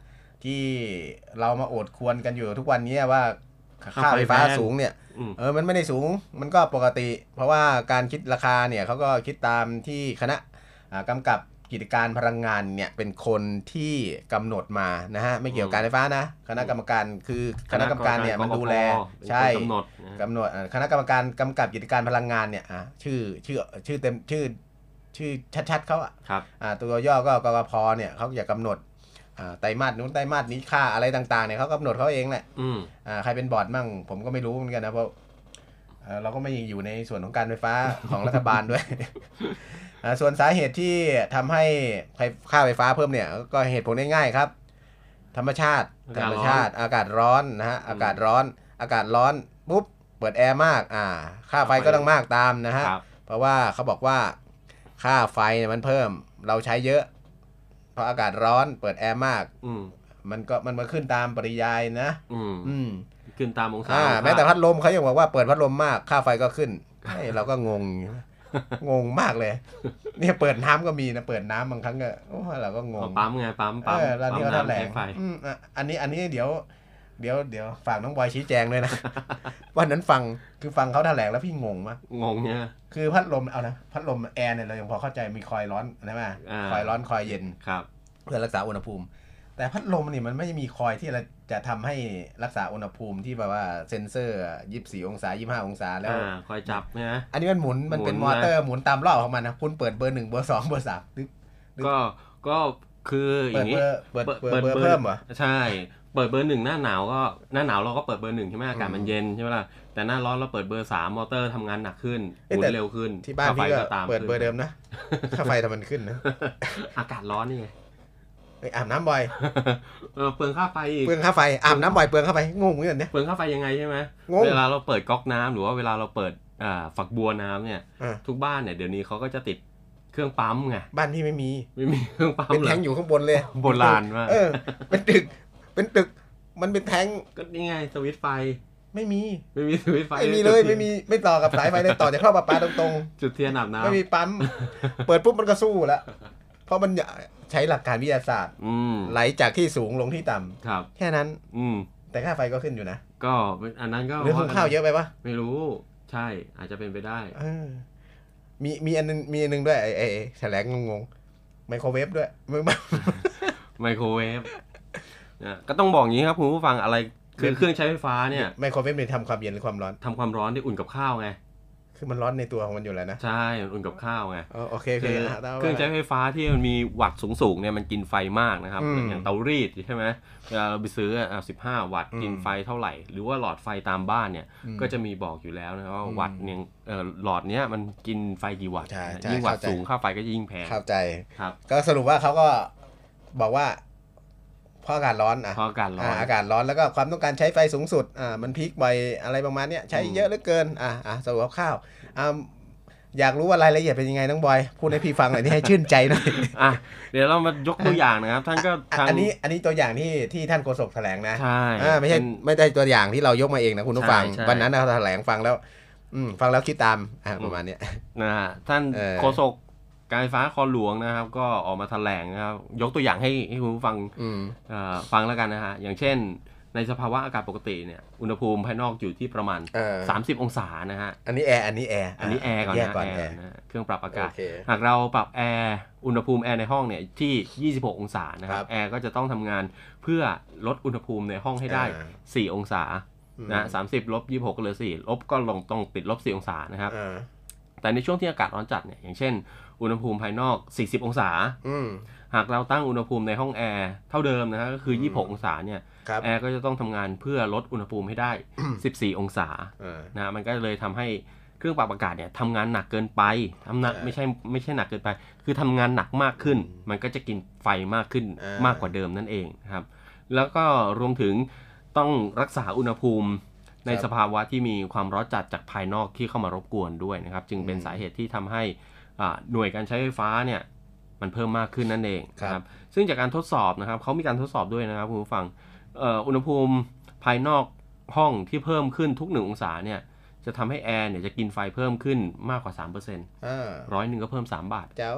ที่เรามาโอดครวญกันอยู่ทุกวันนี้ว่าค่าไฟฟ้าสูงเนี่ยเออมันไม่ได้สูงมันก็ปกติเพราะว่าการคิดราคาเนี่ยเขาก็คิดตามที่คณะกำกับกิจการพลังงานเนี่ยเป็นคนที่กำหนดมานะฮะไม่เกี่ยวกับการไฟฟ้านะคณะกรรมการคือคณะกรรมการเนี่ยมันดูแลใช่กำหนดกำหนดคณะกรรมการกำกับกิจการพลังงานเนี่ยอ่ะชื่อชื่อชื่อเต็มชื่อชื่อชัดๆเขาอ่ะอ่าตัวย่อก็กกพเนี่ยเขาอยากกำหนดไตรมาสนู้นไตรมาสนี้ค่าอะไรต่างๆเนี่ยเขากำหนดเขาเองแหละอ่าใครเป็นบอร์ดมั่งผมก็ไม่รู้เหมือนกันนะเพราะเราก็ไม่อยู่ในส่วนของการไฟฟ้าของรัฐบาลด้วยส่วนสาเหตุที่ทำให้ค่าไฟฟ้าเพิ่มเนี่ยก็เหตุผลง่ายๆครับธรรมชาติธรรมชาติอากาศร้อนนะฮะอากาศร้อนอากาศร้อนปุ๊บเปิดแอร์มากอ่าค่าไฟก็ต้องมากตามนะฮะเพราะว่าเขาบอกว่าค่าไฟเนี่ยมันเพิ่มเราใช้เยอะเพราะอากาศร้อนเปิดแอร์มากมันก็มันมาขึ้นตามปริยายนะอืมขึ้นตามองศาแม้แต่พัดลมเขายังบอกว่าเปิดพัดลมมากค่าไฟก็ขึ้นเราก็งงงงมากเลยเนี่ยเปิดน้ำก็มีนะเปิดน้ำบางครั้งก็โอ้เราก็งงปั๊มไงปั๊มปั๊มร้านนี้เขาแถลงอันนี้อันนี้เดี๋ยวเดี๋ยวเดี๋ยวฝากน้องบอยชี้แจงด้วยนะวันนั้นฟังคือฟังเขาแถลงแล้วพี่งงมากงงเนี่ยคือพัดลมเอานะพัดลมแอร์เนี่ยเรายังพอเข้าใจมีคอยร้อนใช่ไหมคอยร้อนคอยเย็นครับเพื่อรักษาอุณหภูมิแต่พัดลมนี่มันไม่มีคอยที่จะทำให้รักษาอุณหภูมิที่แบบว่าเซ็นเซอร์ยี่สิบสี่องศายี่สิบห้าองศาแล้วคอยจับนะอันนี้มันหมุนมันเป็นมอเตอร์หมุนตามรอบของมันนะคุณเปิดเบอร์หนึ่งเบอร์สองเบอร์สามก็ก็คืออย่างนี้เปิดเปิดเบอร์เพิ่มเหรอใช่เปิดเบอร์หนึ่งหน้าหนาวก็หน้าหนาวเราก็เปิดเบอร์หนึ่งใช่ไหมอากาศมันเย็นใช่ไหมล่ะแต่หน้าร้อนเราเปิดเบอร์สามมอเตอร์ทำงานหนักขึ้นหมุนเร็วขึ้นที่บ้านพี่ก็เปิดเบอร์เดิมนะค่าไฟทำมันขึ้นนะอากาศร้อนนี่ไงอาบน้ำบ่อยเออเปลืองค่าไฟเปลืองค่าไฟอาบน้ำบ่อยเปลืองค่าไฟงงเหมือนกันเนี่ยเปลืองค่าไฟยังไงใช่ไหมเวลาเราเปิดก๊อกน้ำหรือว่าเวลาเราเปิดอ่าฝักบัวน้ำเนี่ยทุกบ้านเนี่ยเดี๋ยวนี้เขาก็จะติดเครื่องปั๊มไงบ้านพี่ไม่มีไม่มีเครื่องปั๊มเป็นแท้งอยู่ข้างบนเลยโบราณมากเออเป็นตึกเป็นตึกมันเป็นแท้งก็นี่ไงสวิตช์ไฟไม่มีไม่มีสวิตช์ไฟไม่มีเลยไม่มีไม่ต่อกับสายไฟเลยต่อจากท่อประปาตรงๆจุดเทียนอาบน้ำไม่มีปั๊มเปิดปุ๊บมันก็สู้แล้วเพราะมันใช้หลักการวิทยาศาสตร์ไหลจากที่สูงลงที่ต่ำแค่นั้นแต่ค่าไฟก็ขึ้นอยู่นะก็อันนั้นก็หรือหุงข้าวเยอะไปปะไม่รู้ใช่อาจจะเป็นไปได้มีมีอันนึงมีอันนึงด้วยไอ้ไอ้แถลงงงๆไมโครเวฟด้วยมือไมโครเวฟก็ต้องบอกอย่างนี้ครับคุณผู้ฟังอะไรคือเครื่องใช้ไฟฟ้าเนี่ยไมโครเวฟเป็นทำความเย็นหรือความร้อนทำความร้อนที่อุ่นกับข้าวไงคือมันร้อนในตัวของมันอยู่แล้วนะใช่อุ่นกับข้าวไงโอเคคือเครื่องใช้ไฟฟ้าที่มันมีวัตต์สูงๆเนี่ยมันกินไฟมากนะครับอย่างเตารีดใช่ไหมเวลาเราไปซื้ออ่ะสิบห้าวัตต์กินไฟเท่าไหร่หรือว่าหลอดไฟตามบ้านเนี่ยก็จะมีบอกอยู่แล้วนะครับว่าวัตต์เนี่ยหลอดเนี้ยมันกินไฟกี่วัตต์ยิ่งวัตต์สูงค่าไฟก็ยิ่งแพงเข้าใจครับก็สรุปว่าเขาก็บอกว่าเพราะอากาศร้อนอ่ะเพราะอากาศร้อนอากาศร้อนแล้วก็ความต้องการใช้ไฟสูงสุดอ่ามันพีคบ่อยอะไรประมาณเนี้ยใช้เยอะเหลือเกินอ่ะอ่ะสรุปคร่าวๆอ่าอยากรู้ว่ารายละเอียดเป็นยังไงน้องบอยพูดให้พี่ฟังหน่อยนี่ให้ชื่นใจหน่อยอ่ะเดี๋ยวเรามายกตัวอย่างนะครับท่านก็อันนี้อันนี้ตัวอย่างที่ที่ท่านโฆษกแถลงนะใช่ไม่ใช่ไม่ได้ตัวอย่างที่เรายกมาเองนะคุณผู้ฟังวันนั้นเราแถลงฟังแล้วอืมฟังแล้วคิดตามอ่ะประมาณนี้นะท่านโฆษกการไฟฟ้าครหลวงนะครับก็ออกมาแถลงนะครับยกตัวอย่างให้ให้คุณผู้ฟังฟังแล้วกันนะฮะอย่างเช่นในสภาวะอากาศปกติเนี่ยอุณหภูมิภายนอกอยู่ที่ประมาณสามสิบองศานะฮะอันนี้แอร์อันนี้แอร์อันนี้แอร์ก่อนนะแอร์นะเครื่องปรับอากาศหากเราปรับแอร์อุณหภูมิแอร์ในห้องเนี่ยที่ยี่สิบหกองศานะครับแอร์ก็จะต้องทำงานเพื่อลดอุณหภูมิในห้องให้ได้สี่องศานะสามสิบลบยี่สิบหกก็เหลือสี่ลบก็ลงต้องติดลบสี่องศานะครับแต่ในช่วงที่อากาศร้อนจัดเนี่ยอย่างเช่นอุณหภูมิภายนอกสี่สิบองศาหากเราตั้งอุณหภูมิในห้องแอร์เท่าเดิมนะฮะก็คือยี่สิบหกองศาเนี่ยแอร์ก็จะต้องทำงานเพื่อลดอุณหภูมิให้ได้สิบสี่องศานะมันก็เลยทำให้เครื่องปรับอากาศเนี่ยทำงานหนักเกินไปทำหนักไม่ใช่ไม่ใช่หนักเกินไปคือทำงานหนักมากขึ้นมันก็จะกินไฟมากขึ้นมากกว่าเดิมนั่นเองครับแล้วก็รวมถึงต้องรักษาอุณหภูมิในสภาวะที่มีความร้อนจัดจากภายนอกที่เข้ามารบกวนด้วยนะครับจึงเป็นสาเหตุที่ทำให้หน่วยการใช้ไฟฟ้าเนี่ยมันเพิ่มมากขึ้นนั่นเองครับซึ่งจากการทดสอบนะครับเขามีการทดสอบด้วยนะครับคุณผู้ฟังอุณหภูมิภายนอกห้องที่เพิ่มขึ้นทุกหนึ่งองศาเนี่ยจะทำให้แอร์เนี่ยจะกินไฟเพิ่มขึ้นมากกว่า สามเปอร์เซ็นต์ ร้อยหนึ่งก็เพิ่มสามบาทเจ้า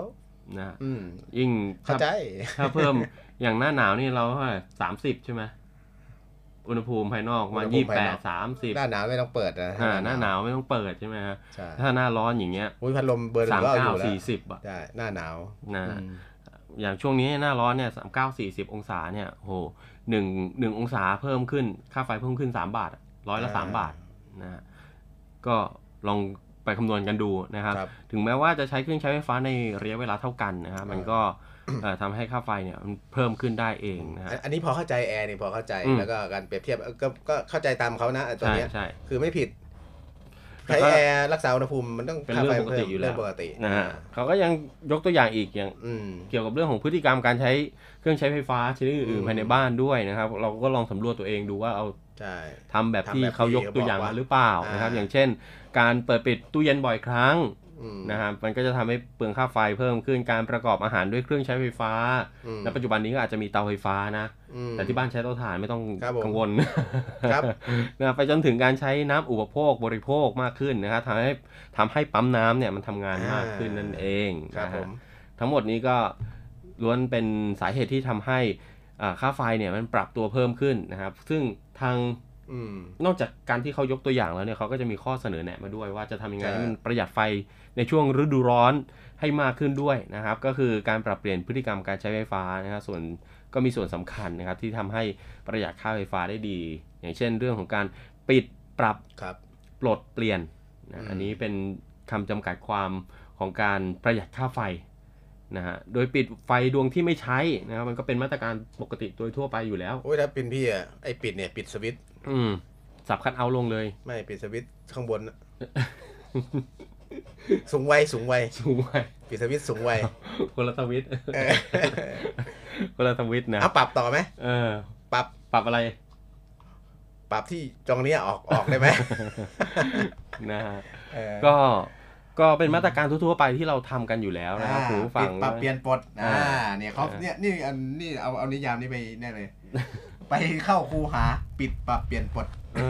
นะยิ่งเข้าใจถ้าเพิ่มอย่างหน้าหนาวนี่เราเท่าไหร่สามสิบใช่ไหมอุณหภูมิภายนอกมายี่สิบแปด สามสิบหน้าหนาวไม่ต้องเปิดนะหน้าหนาวไม่ต้องเปิดใช่ไหมฮะถ้าหน้าร้อนอย่างเงี้ยอุ้ยพัดลมเบอร์สามเก้าสี่สิบอ่ะใช่หน้าหนาวนะอย่างช่วงนี้หน้าร้อนเนี่ยสามเก้าสี่สิบองศาเนี่ยโหหนึ่งหนึ่งองศาเพิ่มขึ้นค่าไฟเพิ่มขึ้นสามบาทร้อยละสามบาทนะก็ลองไปคำนวณกันดูนะครับถึงแม้ว่าจะใช้เครื่องใช้ไฟฟ้าในระยะเวลาเท่ากันนะฮะมันก็ทำให้ค่าไฟเนี่ยมันเพิ่มขึ้นได้เองนะฮะอันนี้พอเข้าใจแอร์นี่พอเข้าใจแล้วก็การเปรียบเทียบก็ก็เข้าใจตามเขานะตัวนี้คือไม่ผิดใช้แอร์รักษาอุณหภูมิมันต้องเป็นเรื่องปกติอยู่แล้วปกตินะฮะเขาก็ยังยกตัวอย่างอีกอย่างเกี่ยวกับเรื่องของพฤติกรรมการใช้เครื่องใช้ไฟฟ้าชนิดอื่นๆภายในบ้านด้วยนะครับเราก็ลองสำรวจตัวเองดูว่าเอาทำแบบที่เขายกตัวอย่างมาหรือเปล่านะครับอย่างเช่นการเปิดปิดตู้เย็นบ่อยครั้งนะครับมันก็จะทำให้เปลืองค่าไฟเพิ่มขึ้นการประกอบอาหารด้วยเครื่องใช้ไฟฟ้าในปัจจุบันนี้ก็อาจจะมีเตาไฟฟ้านะแต่ที่บ้านใช้เตาถ่านไม่ต้องกังวลนะไปจนถึงการใช้น้ำอุปโภคบริโภคมากขึ้นนะครับทำให้ทำให้ปั๊มน้ำเนี่ยมันทำงานมากขึ้นนั่นเองนะฮะทั้งหมดนี้ก็ล้วนเป็นสาเหตุที่ทำให้ค่าไฟเนี่ยมันปรับตัวเพิ่มขึ้นนะครับซึ่งทางนอกจากการที่เขายกตัวอย่างแล้วเนี่ยเขาก็จะมีข้อเสนอแนะมาด้วยว่าจะทำยังไงให้มันประหยัดไฟในช่วงฤดูร้อนให้มากขึ้นด้วยนะครับก็คือการปรับเปลี่ยนพฤติกรรมการใช้ไฟฟ้านะครับส่วนก็มีส่วนสำคัญนะครับที่ทำให้ประหยัดค่าไฟฟ้าได้ดีอย่างเช่นเรื่องของการปิดปรับปลดเปลี่ยนนะอันนี้เป็นคำจำกัดความของการประหยัดค่าไฟนะฮะโดยปิดไฟดวงที่ไม่ใช้นะครับมันก็เป็นมาตรการปกติโดยทั่วไปอยู่แล้วโอ้ยถ้าเป็นพี่อ่ะไอ้ปิดเนี่ยปิดสวิตช์อืมสับคัทเอาท์ลงเลยไม่ปิดสวิตช์ข้างบนสูงไวสูงไวสูงไวปิดสวิตช์สูงไวคนละสวิตช์คนละสวิตช์นะเอาปรับต่อไหมเออปรับปรับอะไรปรับที่จองนี้ออกออกได้ไหมนะฮะก็ก็เป็นมาตรการทั่วๆไปที่เราทำกันอยู่แล้วนะครับคุณผู้ฟังปรับเปลี่ยนปลดอ่าเนี่ยเขาเนี่ยนี่อันนี่เอาเอานิยามนี้ไปแน่เลยไปเข้าคูหาปิดปรับเปลี่ยนปลด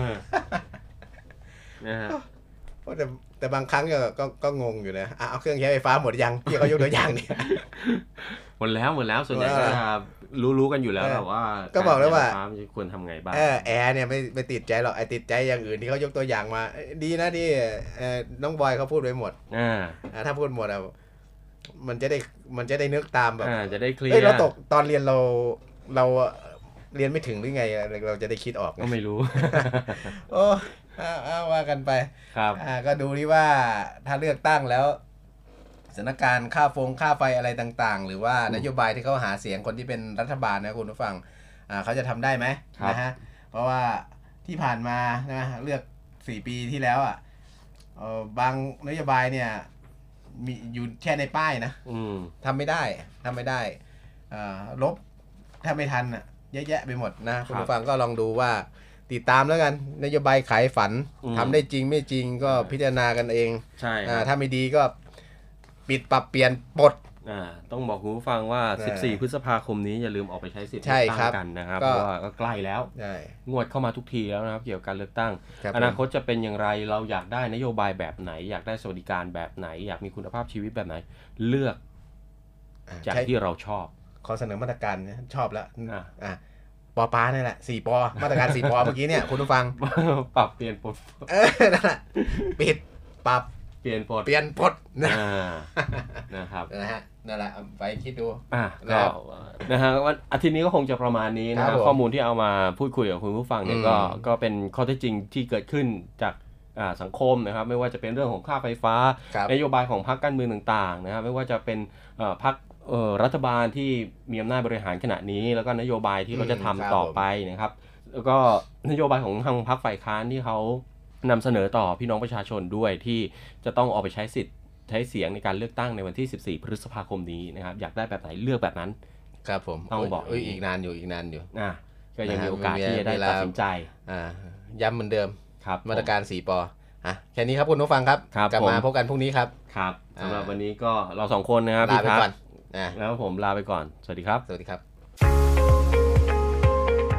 นะฮะแต่แต่บางครั้งก็ก็ก็งงอยู่นะเอาเครื่องใช้ไฟฟ้าหมดยังพี่เขายกตัวอย่างเนี่ยหมดแล้วหมดแล้วส่วนใหญ่ก็รู้ๆกันอยู่แล้วแต่ว่าก็บอกแล้วว่าควรทำไงบ้างเออแอร์เนี่ยไม่ไม่ติดใจหรอกไอติดใจอย่างอื่นที่เขายกตัวอย่างมาดีนะที่น้องบอยเขาพูดไว้หมดอ่าถ้าพูดหมดอ่ะมันจะได้มันจะได้นึกตามแบบจะได้เคลียร์เราตกตอนเรียนเราเราเรียนไม่ถึงหรือไงเราจะได้คิดออกก็ไม่รู้โอ้เอาว่ากันไปครับอ่าก็ดูที่ว่าถ้าเลือกตั้งแล้วสถานการณ์ค่าฟงค่าไฟอะไรต่างๆหรือว่านโยบายที่เขาหาเสียงคนที่เป็นรัฐบาลนะคุณผู้ฟังอ่าเขาจะทำได้ไหมนะฮะเพราะว่าที่ผ่านมานะเลือกสี่ปีที่แล้วอ่ะเออบางนโยบายเนี่ยมีอยู่แค่ในป้ายนะทำไม่ได้ทำไม่ได้อ่าลบถ้าไม่ทันอ่ะเยอะแยะไปหมดนะคุณผู้ฟังก็ลองดูว่าติดตามแล้วกันนโยบายขายฝันทำได้จริงไม่จริงก็พิจารณากันเองใช่ถ้าไม่ดีก็ปิดปรับเปลี่ยนปลดอ่าต้องบอกคุณผู้ฟังว่าสิบสี่พฤษภาคมนี้อย่าลืมออกไปใช้สิทธิ์เลือกตั้งกันนะครับเพราะว่าก็ใกล้แล้วงวดเข้ามาทุกทีแล้วนะครับเกี่ยวกับการเลือกตั้งอนาคตจะเป็นอย่างไรเราอยากได้นโยบายแบบไหนอยากได้สวัสดิการแบบไหนอยากมีคุณภาพชีวิตแบบไหนเลือกจากที่เราชอบขอเสนอมาตรการชอบแล้วอ่าปอปานี่แหละสี่ปอมาตรการสี่ปอเมื่อกี้เนี่ยคุณผู้ฟังปรับเปลี่ยนปลดเออนั่นแหละปิดปรับเปลี่ยนปลดเปลี่ยนปลดนะครับนะฮะนั่นแหละไปคิดดูอ่าก็นะฮะวันอาทิตย์นี้ก็คงจะประมาณนี้นะข้อมูลที่เอามาพูดคุยกับคุณผู้ฟังเนี่ยก็ก็เป็นข้อเท็จจริงที่เกิดขึ้นจากสังคมนะครับไม่ว่าจะเป็นเรื่องของค่าไฟฟ้านโยบายของพรรคการเมืองต่างๆนะครับไม่ว่าจะเป็นพรรครัฐบาลที่มีอำนาจบริหารขณะนี้แล้วก็นโยบายที่เราจะทำต่อไปนะครับแล้วก็นโยบายของทางพรรคฝ่ายค้านที่เขานำเสนอต่อพี่น้องประชาชนด้วยที่จะต้องออกไปใช้สิทธิ์ใช้เสียงในการเลือกตั้งในวันที่สิบสี่พฤษภาคมนี้นะครับอยากได้แบบไหนเลือกแบบนั้นครับผมต้องบอกอีกนานอยู่อีกนานอยู่อ่ะก็ยังมีโอกาสที่จะได้ตัดสินใจอ่าย้ำเหมือนเดิมครับมาตรการสี่ปออ่ะแค่นี้ครับคุณผู้ฟังครับกลับมาพบกันพรุ่งนี้ครับครับสำหรับวันนี้ก็เราสองคนนะครับลาไปก่อนแล้วผมลาไปก่อนสวัสดีครับสวัสดีครับ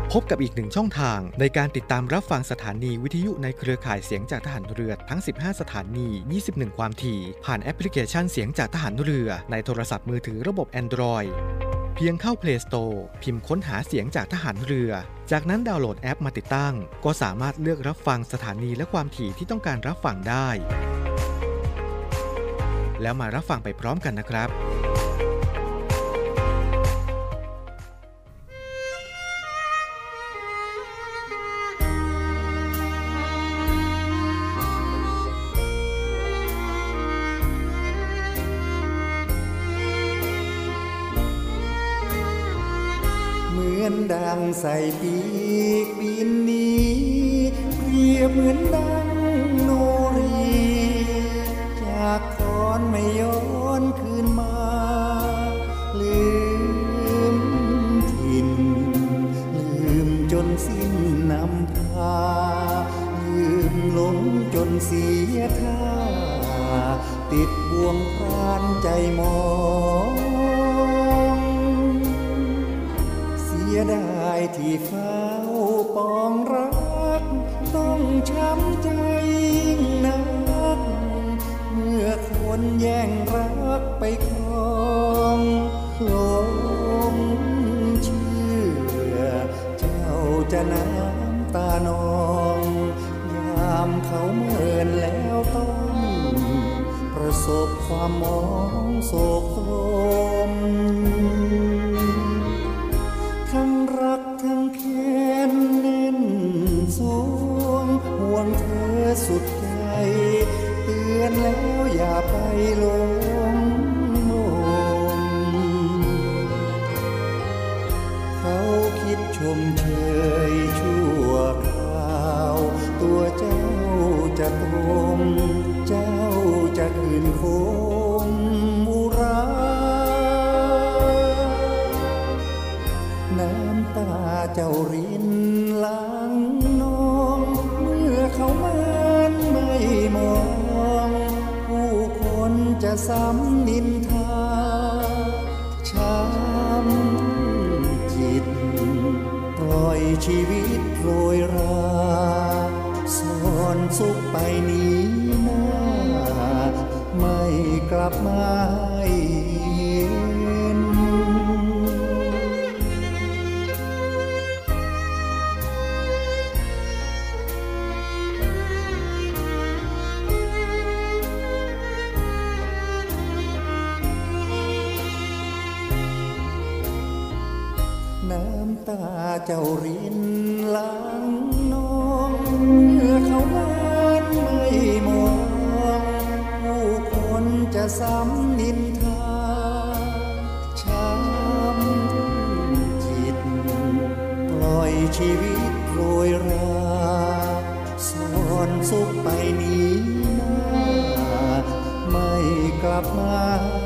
พบกับอีกหนึ่งช่องทางในการติดตามรับฟังสถานีวิทยุในเครือข่ายเสียงจากทหารเรือทั้งสิบห้าสถานี ยี่สิบเอ็ด ความถี่ผ่านแอปพลิเคชันเสียงจากทหารเรือในโทรศัพท์มือถือระบบ Android เพียงเข้า Play Store พิมพ์ค้นหาเสียงจากทหารเรือจากนั้นดาวน์โหลดแอปมาติดตั้งก็สามารถเลือกรับฟังสถานีและความถี่ที่ต้องการรับฟังได้แล้วมารับฟังไปพร้อมกันนะครับเหมือนดังใส่ปีกบินนี้เปรียบเหมือนดังโนรีจากคอนไม่ย้อนคืนมาลืมถิ่นลืมจนสิ้นนำพาลืมหลงจนเสียท่าติดบ่วงพรานใจมองเสียดายที่เฝ้าปองรักต้องช้ำใจยิ่งนักเมื่อคนแย่งรักไปครองหลงเชื่อเจ้าจะน้ำตานองยามเขาเมินแล้วต้องประสบความมองโศกโศมทั้งรักทั้งแค้นแน่นสวงห่วงเธอสุดใจเตือนแล้วอย่าไปหลงโมมเขาคิดชมเชยชั่วคราวตัวเจ้าจะทมเจ้าจะคืนคงอุราน้ำตาเจ้ารินหลังน้องเมื่อเขามันไม่มองผู้คนจะซ้ำนินทาช้ำจิตปล่อยชีวิตโรยราซ่อนสุขไปนี้นาไม่กลับมาเห็นน้ำตาเจ้ารินหลังน้องเมื่อเขามันไม่มองผู้คนจะซ้ำนินทาช้ำจิตปล่อยชีวิตโรยราซ่อนสุขไปนี้นาไม่กลับมา